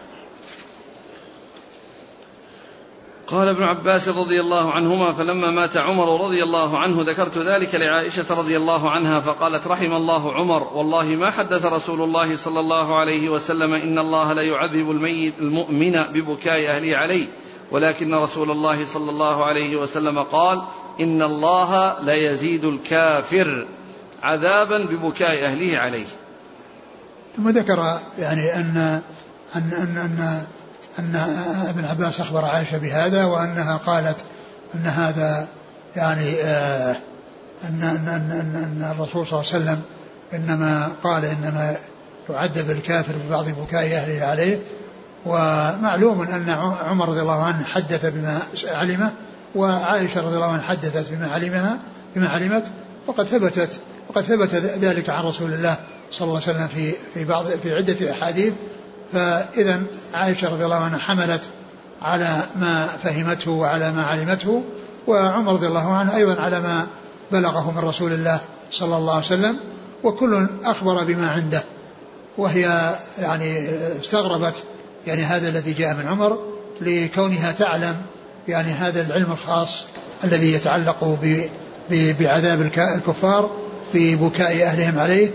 قال ابن عباس رضي الله عنهما فلما مات عمر رضي الله عنه ذكرت ذلك لعائشة رضي الله عنها فقالت رحم الله عمر والله ما حدث رسول الله صلى الله عليه وسلم إن الله لا يعذب الميت المؤمن ببكاء أهله عليه، ولكن رسول الله صلى الله عليه وسلم قال إن الله لا يزيد الكافر عذابا ببكاء أهله عليه. ثم ذكر يعني أن أن أن, أن أن ابن عباس أخبر عائشة بهذا، وأنها قالت أن هذا يعني آه أن, أن, أن, أن, أن الرسول صلى الله عليه وسلم إنما قال إنما يعذب الكافر ببعض بكاء أهله عليه، ومعلوم أن عمر رضي الله عنه حدث بما علمه، وعائشة رضي الله عنها حدثت بما علمها بما علمت، وقد ثبتت وقد ثبت ذلك عن رسول الله صلى الله عليه وسلم في في بعض في عدة أحاديث. فإذا عائشة رضي الله عنها حملت على ما فهمته وعلى ما علمته، وعمر رضي الله عنه أيضا على ما بلغه من رسول الله صلى الله عليه وسلم، وكل أخبر بما عنده، وهي يعني استغربت يعني هذا الذي جاء من عمر لكونها تعلم يعني هذا العلم الخاص الذي يتعلق بعذاب الكفار ببكاء أهلهم عليه،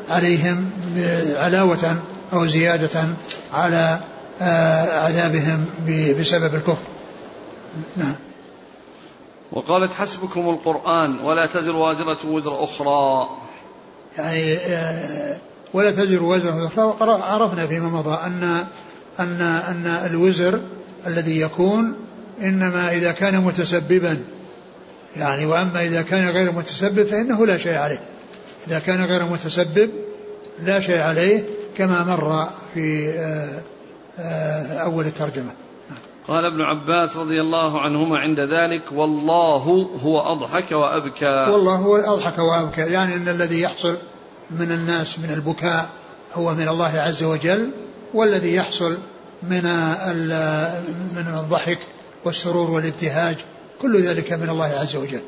عليهم علاوة أو زيادة على عذابهم بسبب الكفر. نعم. وقالت حسبكم القرآن ولا تزر وازرة وزر أخرى، يعني ولا تزر وزر أخرى. وعرفنا فيما مضى أن أن أن الوزر الذي يكون إنما إذا كان متسببا، يعني وأما إذا كان غير متسبب فإنه لا شيء عليه. إذا كان غير متسبب لا شيء عليه كما مر في أول الترجمة. قال ابن عباس رضي الله عنهما عند ذلك: والله هو أضحك وأبكى. والله هو أضحك وأبكى، يعني أن الذي يحصل من الناس من البكاء هو من الله عز وجل، والذي يحصل من من الضحك والسرور والابتهاج كل ذلك من الله عز وجل.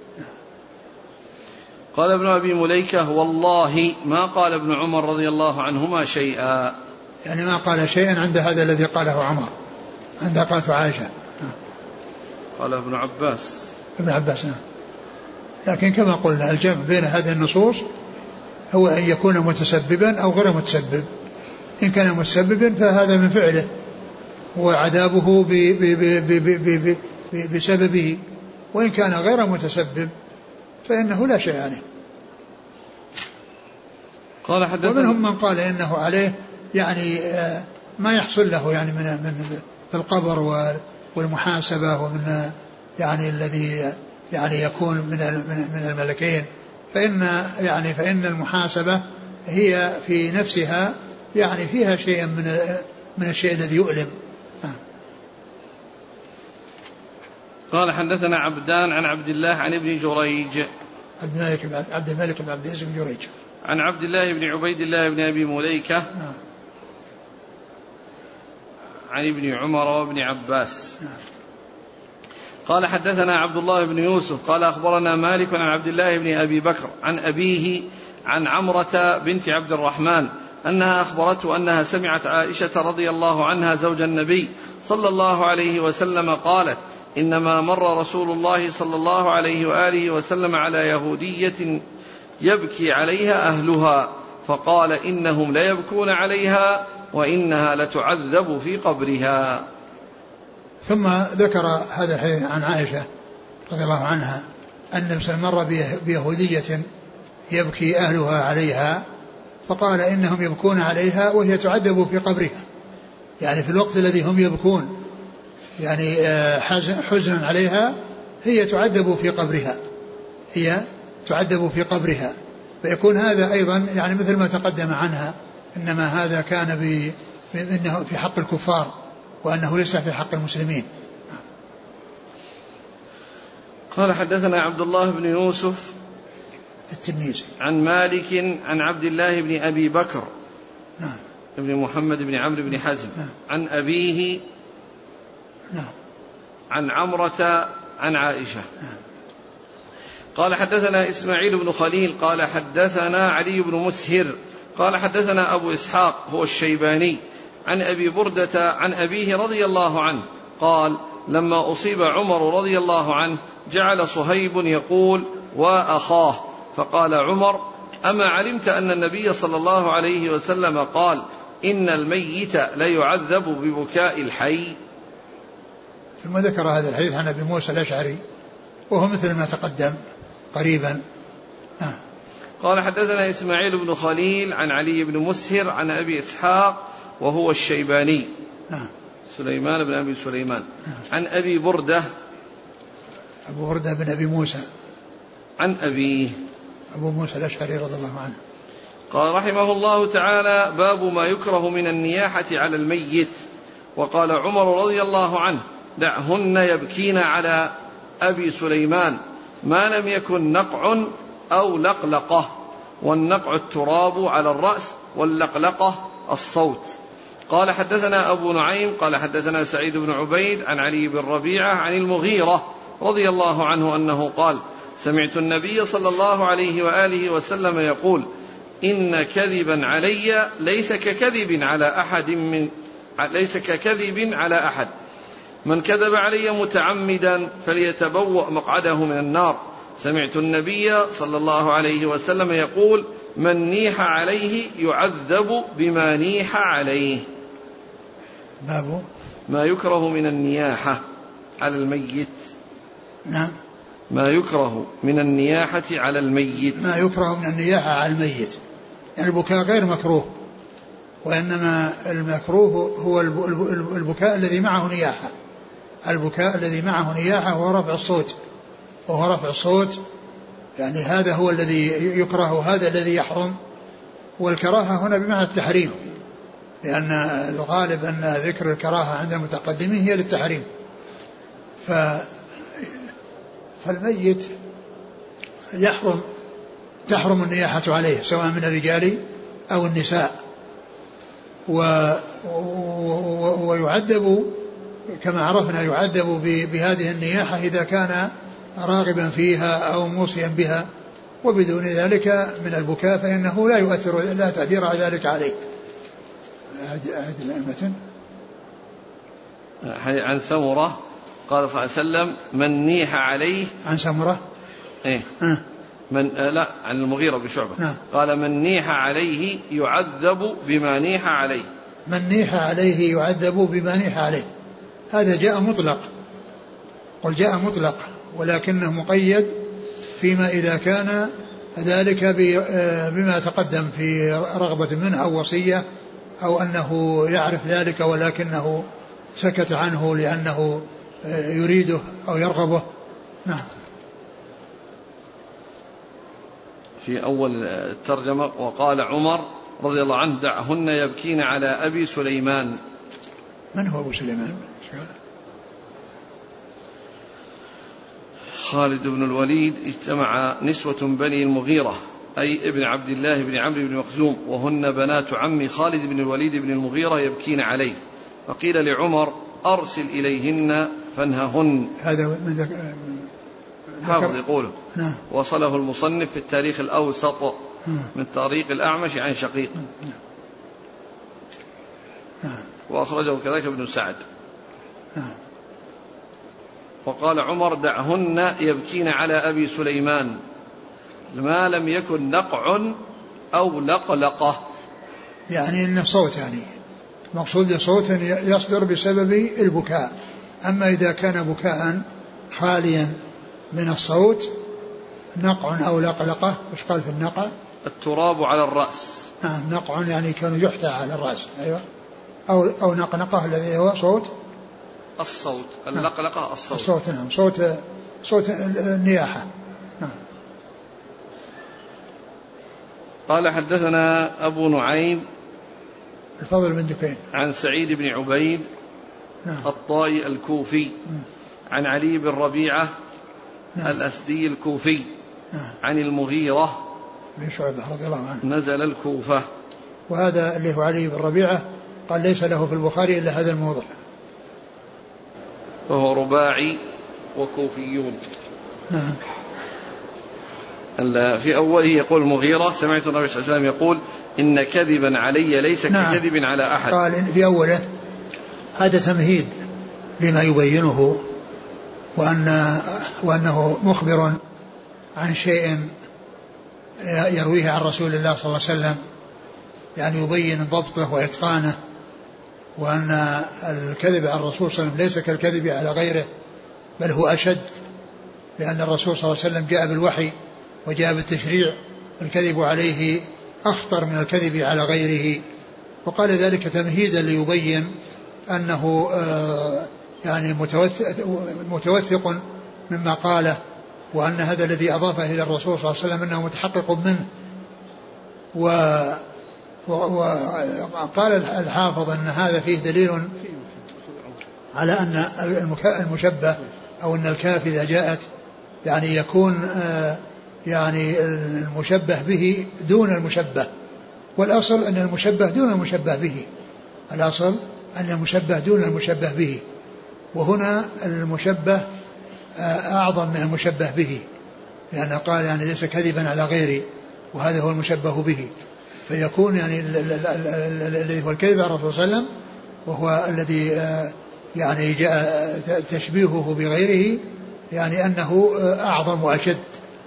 قال ابن أبي مليكة: والله ما قال ابن عمر رضي الله عنهما شيئا، يعني ما قال شيئا عند هذا الذي قاله عمر، عند قالت عائشة. قال ابن عباس ابن عباس نعم. لكن كما قلنا الجمع بين هذه النصوص هو أن يكون متسببا أو غير متسبب. إن كان متسببا فهذا من فعله وعذابه بسببه، وإن كان غير متسبب فإنه لا شيء عليه. قال حدثنا ومنهم من قال إنه عليه يعني ما يحصل له يعني من من في القبر والمحاسبة ومن يعني الذي يعني يكون من من الملكين، فإن يعني فإن المحاسبة هي في نفسها يعني فيها شيء من من الشيء الذي يؤلم. قال حدثنا عبدان عن عبد الله عن ابن جريج عبد الملك عبد الملك بن عبد العزيز بن جريج عن عبد الله بن عبيد الله بن أبي مليكة نعم. عن ابن عمر وابن عباس نعم. قال حدثنا عبد الله بن يوسف قال أخبرنا مالك عن عبد الله بن أبي بكر عن أبيه عن عمرة بنت عبد الرحمن أنها أخبرته أنها سمعت عائشة رضي الله عنها زوج النبي صلى الله عليه وسلم قالت: إنما مر رسول الله صلى الله عليه وآله وسلم على يهودية يبكي عليها أهلها فقال: إنهم ليبكون عليها وإنها لتعذب في قبرها. ثم ذكر هذا الحديث عن عائشة رضي الله عنها أن مر بيهودية يبكي أهلها عليها فقال: إنهم يبكون عليها وهي تعذب في قبرها، يعني في الوقت الذي هم يبكون يعني حزنا عليها هي تعذب في قبرها هي تعذب في قبرها فيكون هذا أيضا يعني مثل ما تقدم عنها، إنما هذا كان بأنه في حق الكفار وأنه ليس في حق المسلمين. قال حدثنا عبد الله بن يوسف التلميذي عن مالك عن عبد الله بن أبي بكر نعم ابن محمد بن عمرو بن حزم نعم. عن أبيه نعم. عن عمرة عن عائشة نعم. قال حدثنا إسماعيل بن خليل قال حدثنا علي بن مسهر قال حدثنا أبو إسحاق هو الشيباني عن أبي بردة عن أبيه رضي الله عنه قال: لما أصيب عمر رضي الله عنه جعل صهيب يقول: وأخاه، فقال عمر: أما علمت أن النبي صلى الله عليه وسلم قال: إن الميت ليعذب ببكاء الحي. ثم ذكر هذا الحديث عن أبي موسى الأشعري وهو مثل ما تقدم قريبا. آه. قال حدثنا إسماعيل بن خليل عن علي بن مسهر عن أبي إسحاق وهو الشيباني آه. سليمان بن أبي سليمان آه. عن أبي بردة أبو بردة بن أبي موسى عن أبيه أبو موسى الأشعري رضي الله عنه. قال رحمه الله تعالى: باب ما يكره من النياحة على الميت. وقال عمر رضي الله عنه: دعهن يبكين على أبي سليمان ما لم يكن نقع أو لقلقة، والنقع التراب على الرأس واللقلقة الصوت. قال حدثنا أبو نعيم قال حدثنا سعيد بن عبيد عن علي بن ربيعة عن المغيرة رضي الله عنه أنه قال: سمعت النبي صلى الله عليه وآله وسلم يقول: إن كذبا علي ليس ككذب على أحد من ليس ككذب على أحد، من كذب علي متعمدا فليتبوأ مقعده من النار، سمعت النبي صلى الله عليه وسلم يقول من نيح عليه يعذب بما نيح عليه. باب ما يكره من النياحة على الميت. نعم. ما يكره من النياحة على الميت. ما يكره من النياحة على الميت، يعني البكاء غير مكروه، وإنما المكروه هو البكاء الذي معه نياحة. البكاء الذي معه نياحة هو رفع الصوت، وهو رفع الصوت يعني هذا هو الذي يكره، هذا الذي يحرم. والكراهة هنا بمعنى التحريم، لأن الغالب أن ذكر الكراهة عند المتقدمين هي للتحريم. ف فالميت يحرم تحرم النياحة عليه سواء من الرجال أو النساء، و... و... ويعذب كما عرفنا، يعذب بهذه النياحة إذا كان راغبا فيها أو موصيا بها، وبدون ذلك من البكاء فإنه لا يؤثر، لا تأثير على ذلك عليه. أعد المتن. عن سمرة قال صلى الله عليه وسلم من نيح عليه. عن سمرة إيه أه. من آه لا عن المغيرة بن شعبة. نعم. قال من نيح عليه يعذب بما نيح عليه. من نيح عليه يعذب بما نيح عليه، هذا جاء مطلق، قل جاء مطلق ولكنه مقيد فيما إذا كان ذلك بما تقدم في رغبة منه أو وصية، أو أنه يعرف ذلك ولكنه سكت عنه لأنه يريده أو يرغبه. نعم. في أول الترجمة وقال عمر رضي الله عنه دعهن يبكين على أبي سليمان. من هو أبو سليمان؟ خالد بن الوليد. اجتمع نسوة بني المغيرة أي ابن عبد الله بن عمرو بن مخزوم وهن بنات عم خالد بن الوليد بن المغيرة يبكين عليه، فقيل لعمر أرسل إليهن فانههن. هذا من حافظ يقوله. نعم. وصله المصنف في التاريخ الأوسط من طريق الأعمش عن شقيق. نعم. وأخرجه كذلك ابن سعد. نعم. وقال عمر دعهن يبكين على أبي سليمان ما لم يكن نقع أو لقلقة، يعني إنه صوت، يعني مقصود صوت يصدر بسبب البكاء. أما إذا كان بكاء خاليا من الصوت نقع أو لقلقة، وش قال في النقع؟ التراب على الرأس. نعم. نقع يعني كان يحتى على الرأس. أيوة. أو أو نقنقة الذي هو صوت الصوت. اللقلقة الصوت. الصوت. نعم. صوت صوت النياحة. نعم. قال حدثنا أبو نعيم الفضل بن دكين عن سعيد بن عبيد. نعم. الطائي الكوفي. نعم. عن علي بن ربيعة. نعم. الأسدي الكوفي. نعم. عن المغيرة بن شعبة رضي الله عنه نزل الكوفة. وهذا اللي هو علي بن ربيعة قال ليس له في البخاري إلا هذا الموضع، وهو رباعي وكوفيون. نعم. في أوله يقول المغيرة سمعت النبي صلى الله عليه وسلم يقول إن كذبا علي ليس نعم. ككذب على أحد. قال في أوله هذا تمهيد لما يبينه، وأن وأنه مخبر عن شيء يرويه عن رسول الله صلى الله عليه وسلم، يعني يبين ضبطه وإتقانه، وأن الكذب على الرسول صلى الله عليه وسلم ليس كالكذب على غيره بل هو أشد، لأن الرسول صلى الله عليه وسلم جاء بالوحي وجاء بالتشريع، الكذب عليه أخطر من الكذب على غيره. وقال ذلك تمهيدا ليبين أنه يعني متوثق مما قاله، وأن هذا الذي أضافه إلى الرسول صلى الله عليه وسلم أنه متحقق منه. وقال الحافظ أن هذا فيه دليل على أن المشبه أو أن الكاف إذا جاءت يعني يكون يعني المشبه به دون المشبه، والأصل أن المشبه دون المشبه به، الأصل أن المشبه دون المشبه به، وهنا المشبه أعظم من المشبه به، لأنه قال يعني ليس كذبا على غيري، وهذا هو المشبه به، فيكون يعني الذي هو الكذب على الرسول صلى الله عليه وسلم وهو الذي يعني جاء تشبيهه بغيره يعني أنه أعظم وأشد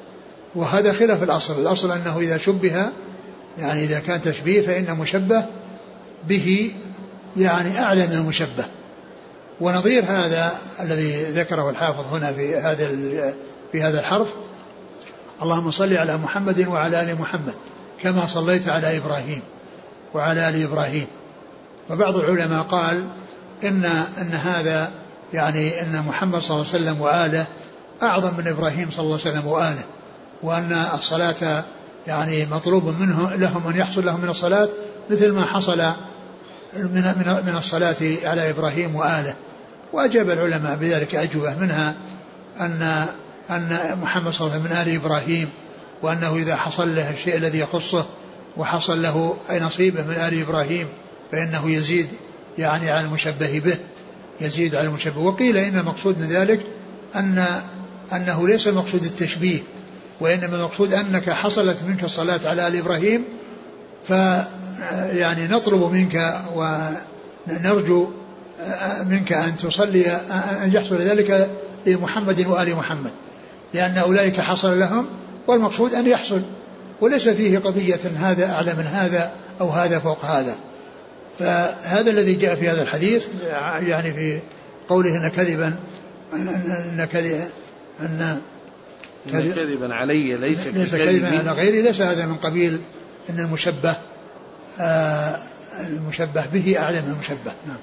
وهذا خلاف الأصل. الأصل أنه إذا شبه يعني إذا كان تشبيه فإن مشبه به يعني أعلى من المشبه. ونظير هذا الذي ذكره الحافظ هنا في هذا في هذا الحرف: اللهم صل على محمد وعلى آل محمد كما صليت على إبراهيم وعلى آل إبراهيم. وبعض العلماء قال إن إن هذا يعني إن محمد صلى الله عليه وسلم وآله أعظم من إبراهيم صلى الله عليه وسلم وآله، وأن الصلاة يعني مطلوب منه لهم أن يحصل لهم من الصلاة مثل ما حصل من من الصلاة على إبراهيم وآله. وأجاب العلماء بذلك أجوبة، منها أن أن محمد صلى الله عليه وسلم من آل إبراهيم، وأنه إذا حصل له الشيء الذي يخصه وحصل له أي نصيبه من آل إبراهيم فإنه يزيد يعني على المشبه به، يزيد على المشبه. وقيل إن المقصود من ذلك أن أنه ليس مقصود التشبيه، وإنما المقصود أنك حصلت منك الصلاة على آل إبراهيم، ف يعني نطلب منك ونرجو منك أن تصلي أن يحصل ذلك لمحمد وآل محمد، لأن أولئك حصل لهم، والمقصود أن يحصل، وليس فيه قضية هذا أعلى من هذا أو هذا فوق هذا. فهذا الذي جاء في هذا الحديث يعني في قوله إن كذبا أن كذبا أن كذبا علي ليس, ليس كذبا على غيري، ليس هذا من قبيل أن المشبه آه المشبه به أعلى من المشبه. نعم.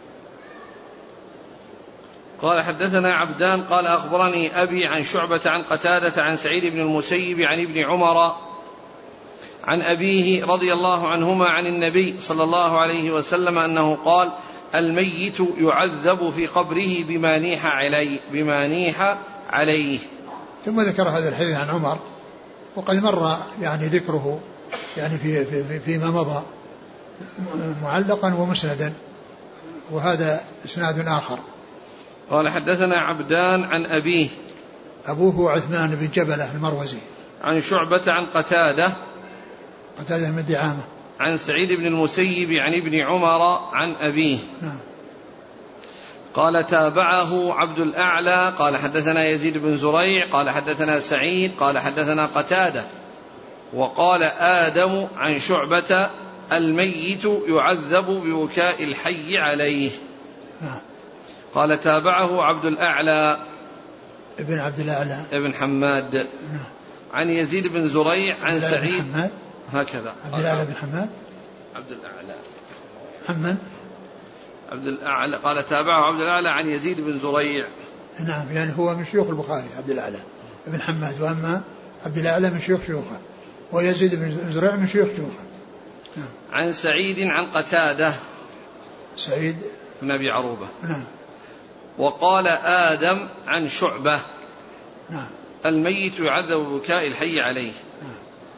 قال حدثنا عبدان قال أخبرني أبي عن شعبة عن قتادة عن سعيد بن المسيب عن ابن عمر عن أبيه رضي الله عنهما عن النبي صلى الله عليه وسلم أنه قال: الميت يعذب في قبره بما نيح عليه, بما نيح عليه. ثم ذكر هذا الحديث عن عمر، وقد مر يعني ذكره يعني في في في فيما مضى معلقا ومسندا، وهذا إسناد آخر. قال حدثنا عبدان عن أبيه، أبوه عثمان بن جبلة المروزي، عن شعبة عن قتادة قتادة من دعامة، عن سعيد بن المسيب عن ابن عمر عن أبيه. نعم. قال تابعه عبد الأعلى قال حدثنا يزيد بن زريع قال حدثنا سعيد قال حدثنا قتادة وقال آدم عن شعبة: الميت يعذب ببكاء الحي عليه. نعم. قال تابعه عبد الأعلى ابن عبد الأعلى ابن حماد. نعم. عن يزيد بن زريع عن سعيد هكذا عبد الأعلى بن حماد عبد الأعلى حمد عبد الأعلى قال تابعه عبد الأعلى عن يزيد بن زريع. نعم، يعني هو من شيوخ البخاري عبد الأعلى بن حماد، وأما عبد الأعلى من شيوخ شيوخه، ويزيد بن زريع من شيوخ شيوخه. نعم. عن سعيد عن قتادة سعيد بن أبي عروبة. نعم. وقال آدم عن شعبة: نعم. الميت يعذب ببكاء الحي عليه. نعم.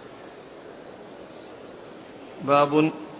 باب.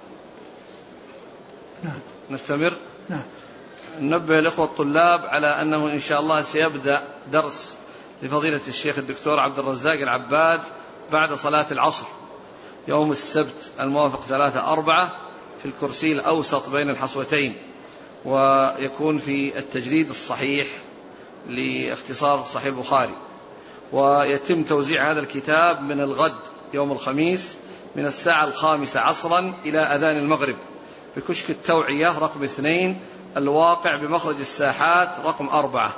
نعم. نستمر. نعم. ننبه الأخوة الطلاب على أنه إن شاء الله سيبدأ درس لفضيلة الشيخ الدكتور عبد الرزاق العباد بعد صلاة العصر يوم السبت الموافق ثلاثة أربعة في الكرسي الأوسط بين الحصوتين، ويكون في التجريد الصحيح لاختصار صحيح البخاري، ويتم توزيع هذا الكتاب من الغد يوم الخميس من الساعة الخامسة عصرا إلى أذان المغرب في كشك التوعية رقم اثنين الواقع بمخرج الساحات رقم أربعة.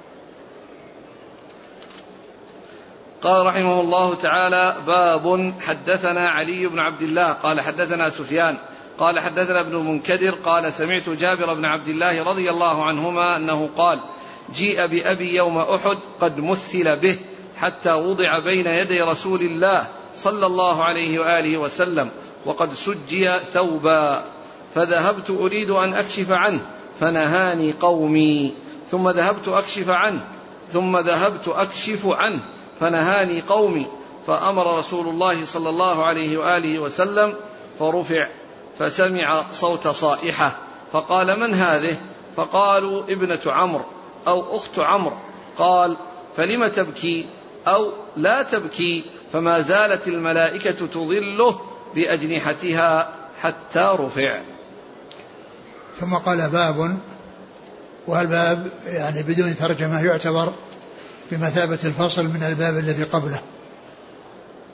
قال رحمه الله تعالى: باب. حدثنا علي بن عبد الله قال حدثنا سفيان قال حدثنا ابن المنكدر قال سمعت جابر بن عبد الله رضي الله عنهما أنه قال: جيء بأبي يوم أحد قد مثل به حتى وضع بين يدي رسول الله صلى الله عليه وآله وسلم وقد سجي ثوبا، فذهبت أريد أن أكشف عنه فنهاني قومي، ثم ذهبت أكشف عنه ثم ذهبت أكشف عنه فنهاني قومي، فأمر رسول الله صلى الله عليه وآله وسلم فرفع، فسمع صوت صائحة فقال: من هذه؟ فقالوا: ابنة عمرو أو أخت عمرو. قال: فلم تبكي أو لا تبكي؟ فما زالت الملائكة تظله بأجنحتها حتى رفع. ثم قال: باب. والباب يعني بدون ترجمة يعتبر بمثابة الفصل من الباب الذي قبله،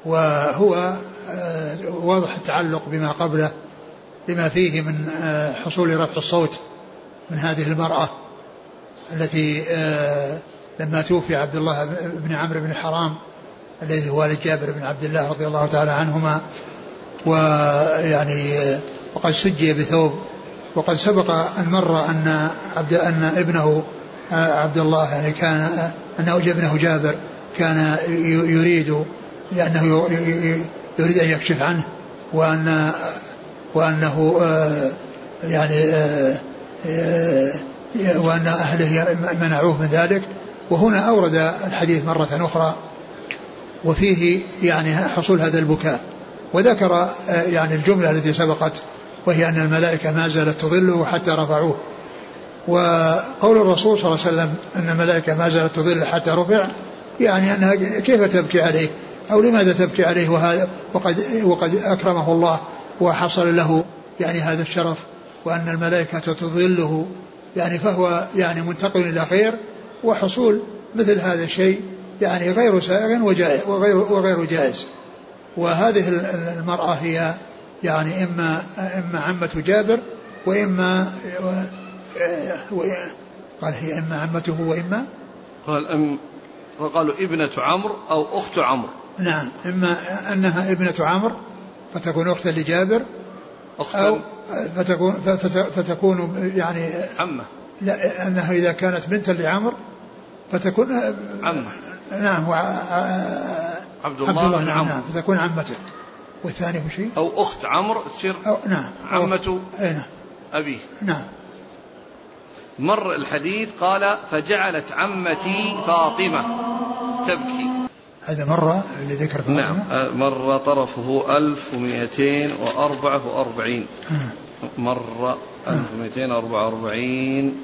وهو واضح التعلق بما قبله لما فيه من حصول رفع الصوت من هذه المرأة التي لما توفي عبد الله بن عمرو بن حرام الذي هو والد جابر بن عبد الله رضي الله تعالى عنهما، ويعني وقد سجي بثوب. وقد سبق أن مر أن عبد أن ابنه عبد الله يعني كان أنه ابنه جابر كان يريد لأنه يريد أن يكشف عنه، وأن وأنه يعني وأن أهله منعوه من ذلك. وهنا أورد الحديث مرة أخرى وفيه يعني حصول هذا البكاء، وذكر يعني الجملة التي سبقت وهي أن الملائكة ما زالت تظله حتى رفعوه. وقول الرسول صلى الله عليه وسلم أن الملائكة ما زالت تظله حتى رفع يعني أنها كيف تبكي عليه أو لماذا تبكي عليه وهذا وقد, وقد أكرمه الله وحصل له يعني هذا الشرف وأن الملائكة تظله يعني فهو يعني منتقل إلى خير. وحصول مثل هذا الشيء يعني غير سائغ وغير, وغير جائز. وهذه المرأة هي يعني إما, إما عمة جابر وإما قال هي إما عمته وإما قال أم وقالوا ابنة عمرو أو أخت عمرو. نعم، إما أنها ابنة عمرو فتكون أختا لجابر أو فتكون, فتكون يعني عمة. لا، أنها إذا كانت بنتا لعمر فتكون عمة. نعم عبد الله بن عمرو نعم فتكون عمته. والثاني هو شيء أو أخت عمرو تصير نعم عمة نعم أبيه. نعم. مر الحديث قال فجعلت عمتي فاطمة تبكي. هذا مرة اللي ذكر فاطمة. نعم مر طرفه ألف ومئتين وأربعة وأربعين. مر ألف ومئتين وأربعة وأربعين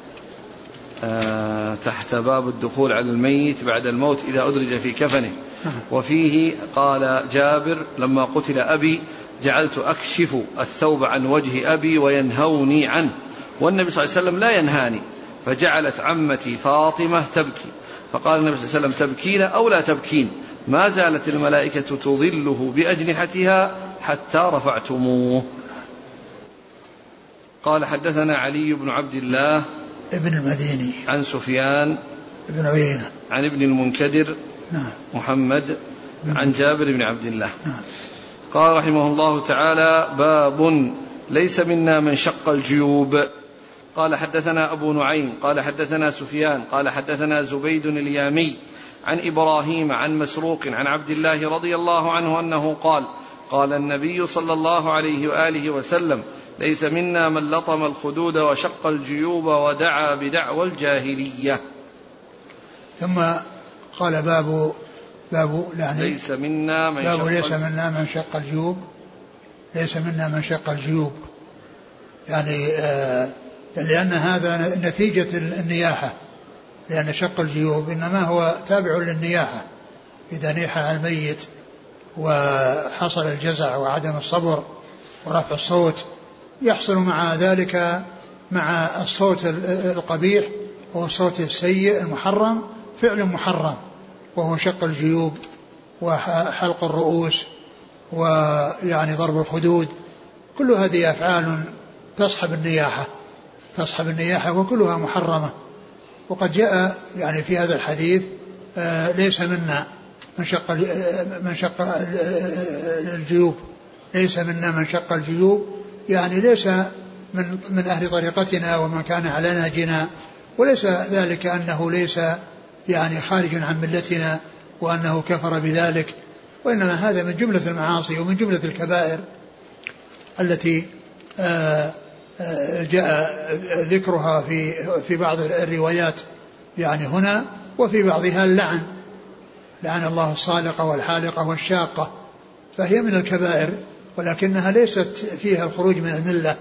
آه تحت باب الدخول على الميت بعد الموت إذا أدرج في كفنه. وفيه قال جابر لما قتل أبي جعلت أكشف الثوب عن وجه أبي وينهوني عنه والنبي صلى الله عليه وسلم لا ينهاني، فجعلت عمتي فاطمة تبكي، فقال النبي صلى الله عليه وسلم تبكين أو لا تبكين؟ ما زالت الملائكة تظله بأجنحتها حتى رفعتموه. قال حدثنا علي بن عبد الله ابن المديني عن سفيان ابن عيينة عن ابن المنكدر نعم محمد عن جابر بن عبد الله نعم. قال رحمه الله تعالى باب ليس منا من شق الجيوب. قال حدثنا أبو نعيم قال حدثنا سفيان قال حدثنا زبيد اليامي عن إبراهيم عن مسروق عن عبد الله رضي الله عنه أنه قال قال النبي صلى الله عليه وآله وسلم ليس منا من لطم الخدود وشق الجيوب ودعا بدعوى الجاهلية. ثم قال باب باب يعني ليس منا من باب شق ليس منا من شق الجيوب ليس منا من شق الجيوب يعني آه لأن هذا نتيجة النياحة، لأن شق الجيوب إنما هو تابع للنياحة. إذا نيح على الميت وحصل الجزع وعدم الصبر ورفع الصوت يحصل مع ذلك مع الصوت القبيح وهو الصوت السيء المحرم فعل محرم وهو شق الجيوب وحلق الرؤوس ويعني ضرب الخدود. كل هذه أفعال تصحب النياحة تصحب النياحة وكلها محرمة. وقد جاء يعني في هذا الحديث آه ليس منا من شق من شق الجيوب ليس منا من شق الجيوب يعني ليس من من أهل طريقتنا ومن كان على نهجنا، وليس ذلك أنه ليس يعني خارج عن ملتنا وأنه كفر بذلك، وإنما هذا من جملة المعاصي ومن جملة الكبائر التي آآ آآ جاء ذكرها في في بعض الروايات يعني هنا، وفي بعضها اللعن، لعن الله الصالقة والحالقة والشاقة، فهي من الكبائر ولكنها ليست فيها الخروج من الملة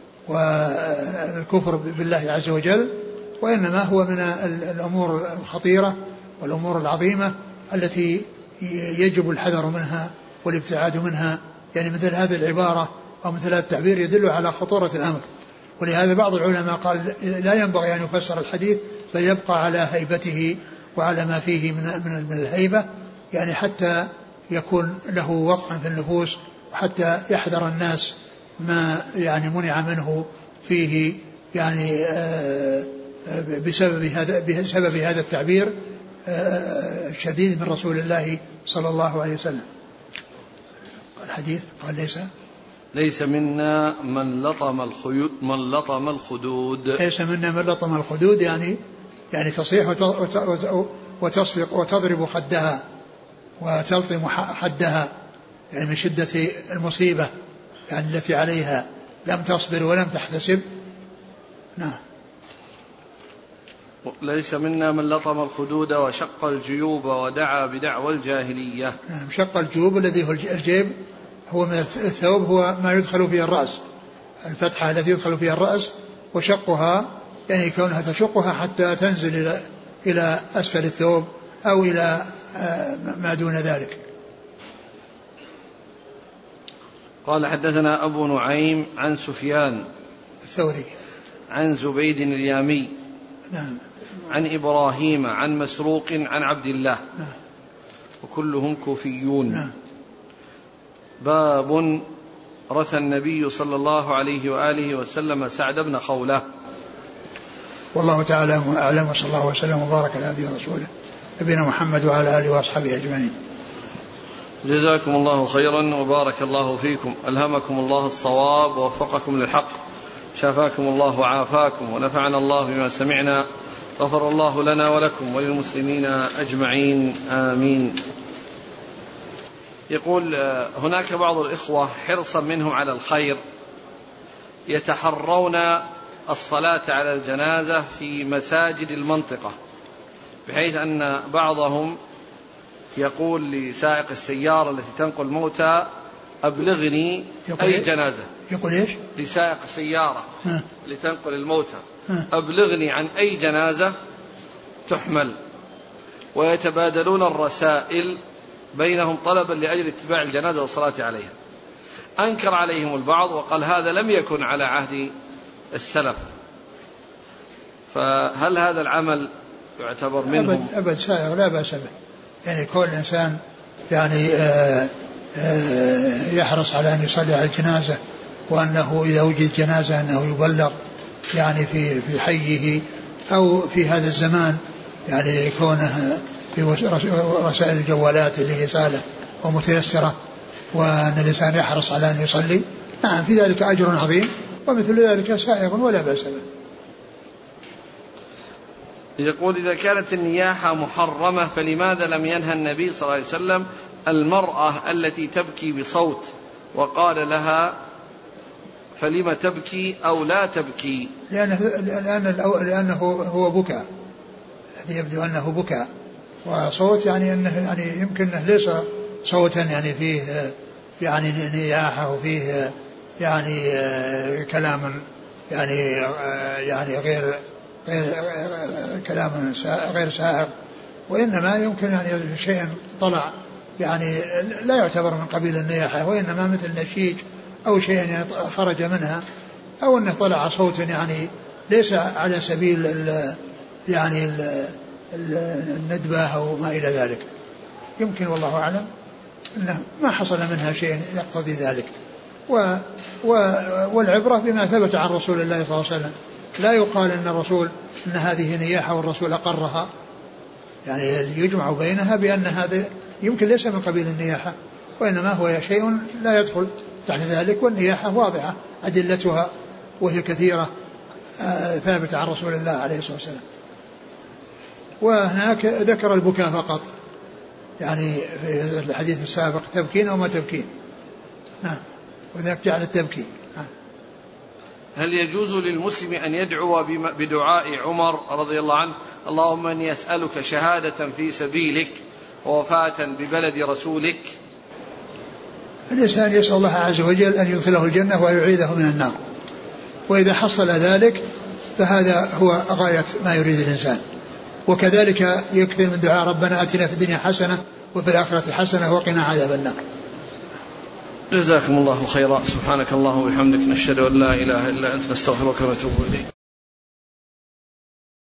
والكفر بالله عز وجل، وإنما هو من الأمور الخطيرة والأمور العظيمة التي يجب الحذر منها والابتعاد منها. يعني مثل هذه العبارة أو مثل هذا التعبير يدل على خطورة الأمر، ولهذا بعض العلماء قال لا ينبغي أن يفسر الحديث بل يبقى على هيبته وعلى ما فيه من من الهيبة، يعني حتى يكون له وقع في النفوس، حتى يحذر الناس ما يعني منع منه فيه يعني بسبب هذا بسبب هذا التعبير الشديد من رسول الله صلى الله عليه وسلم. الحديث قال ليس ليس منا من لطم الخيود من لطم الخدود ليس منا من لطم الخدود يعني يعني تصيح وتصفق وتضرب خدها وتلطم خدها يعني من شدة المصيبة يعني التي عليها، لم تصبر ولم تحتسب. نعم. ليس منا من لطم الخدود وشق الجيوب ودعا بدعوى الجاهلية. نعم. شق الجيوب الذي هو الجيب هو من الثوب، هو ما يدخل فيه الرأس، الفتحة التي يدخل فيها الرأس، وشقها يعني كونها تشقها حتى تنزل إلى إلى أسفل الثوب أو إلى ما دون ذلك. قال حدثنا أبو نعيم عن سفيان الثوري عن زبيد اليامي نعم عن إبراهيم عن مسروق عن عبد الله نعم وكلهم كوفيون. نعم. باب رثى النبي صلى الله عليه وآله وسلم سعد بن خولة. والله تعالى أعلم، وصلى الله وسلم وبارك على عبده ورسوله نبينا محمد وعلى آله وأصحابه أجمعين. جزاكم الله خيرا وبارك الله فيكم، ألهمكم الله الصواب ووفقكم للحق، شافاكم الله وعافاكم ونفعنا الله بما سمعنا، غفر الله لنا ولكم وللمسلمين أجمعين آمين. يقول هناك بعض الإخوة حرصا منهم على الخير يتحرون الصلاة على الجنازة في مساجد المنطقة، بحيث أن بعضهم يقول لسائق السيارة التي تنقل موتى أبلغني أي جنازة. يقول إيش؟ لسائق السيارة لتنقل الموتى أبلغني عن أي جنازة تحمل، ويتبادلون الرسائل بينهم طلبا لأجل اتباع الجنازة والصلاة عليها. أنكر عليهم البعض وقال هذا لم يكن على عهد السلف، فهل هذا العمل يعتبر منهم؟ أبد, أبد سائغ لا بأس به، يعني كل إنسان يعني آآ آآ يحرص على أن يصلي على الجنازة، وأنه إذا وجد جنازة أنه يبلغ يعني في في حيه أو في هذا الزمان، يعني كونه في رسائل الجوالات اللي هي سهلة ومتيسرة، وأن الإنسان يحرص على أن يصلي، نعم في ذلك أجر عظيم، ومثل ذلك سائغ ولا بأس به. يقول إذا كانت النياحة محرمة فلماذا لم ينهى النبي صلى الله عليه وسلم المرأة التي تبكي بصوت وقال لها فلم تبكي أو لا تبكي؟ لأنه, لأنه, لأنه هو بكاء، الذي يبدو أنه بكاء وصوت، يعني أنه يعني يمكن أنه ليس صوتا يعني فيه يعني نياحة وفيه يعني كلام يعني يعني غير غير كلام غير سائغ، وإنما يمكن يعني شيء طلع يعني لا يعتبر من قبيل النياحة، وإنما مثل نشيج أو شيء يعني خرج منها، أو أنه طلع صوت يعني ليس على سبيل ال يعني ال الندبة أو ما إلى ذلك، يمكن والله أعلم أنه ما حصل منها شيء يقتضي ذلك. و و والعبرة بما ثبت عن رسول الله صلى الله عليه وسلم، لا يقال أن الرسول أن هذه نياحة والرسول أقرها، يعني يجمع بينها بأن هذا يمكن ليس من قبيل النياحة، وإنما هو شيء لا يدخل تحت ذلك، والنياحة واضحة أدلتها وهي كثيرة ثابتة عن رسول الله عليه الصلاة والسلام. وهناك ذكر البكاء فقط، يعني في الحديث السابق تبكين أو ما تبكين، نعم، وذاك جعل التبكي. هل يجوز للمسلم أن يدعو بدعاء عمر رضي الله عنه اللهم أني أسألك شهادة في سبيلك ووفاة ببلد رسولك؟ الإنسان يسأل الله عز وجل أن يدخله الجنة ويعيذه من النار، وإذا حصل ذلك فهذا هو غاية ما يريد الإنسان. وكذلك يكثر من دعاء ربنا آتنا في الدنيا حسنة وفي الآخرة حسنة وقنا عذاب النار. جزاكم الله خيرا، سبحانك اللهم وبحمدك، نشهد أن لا إله إلا أنت، نستغفرك ونتوب إليك.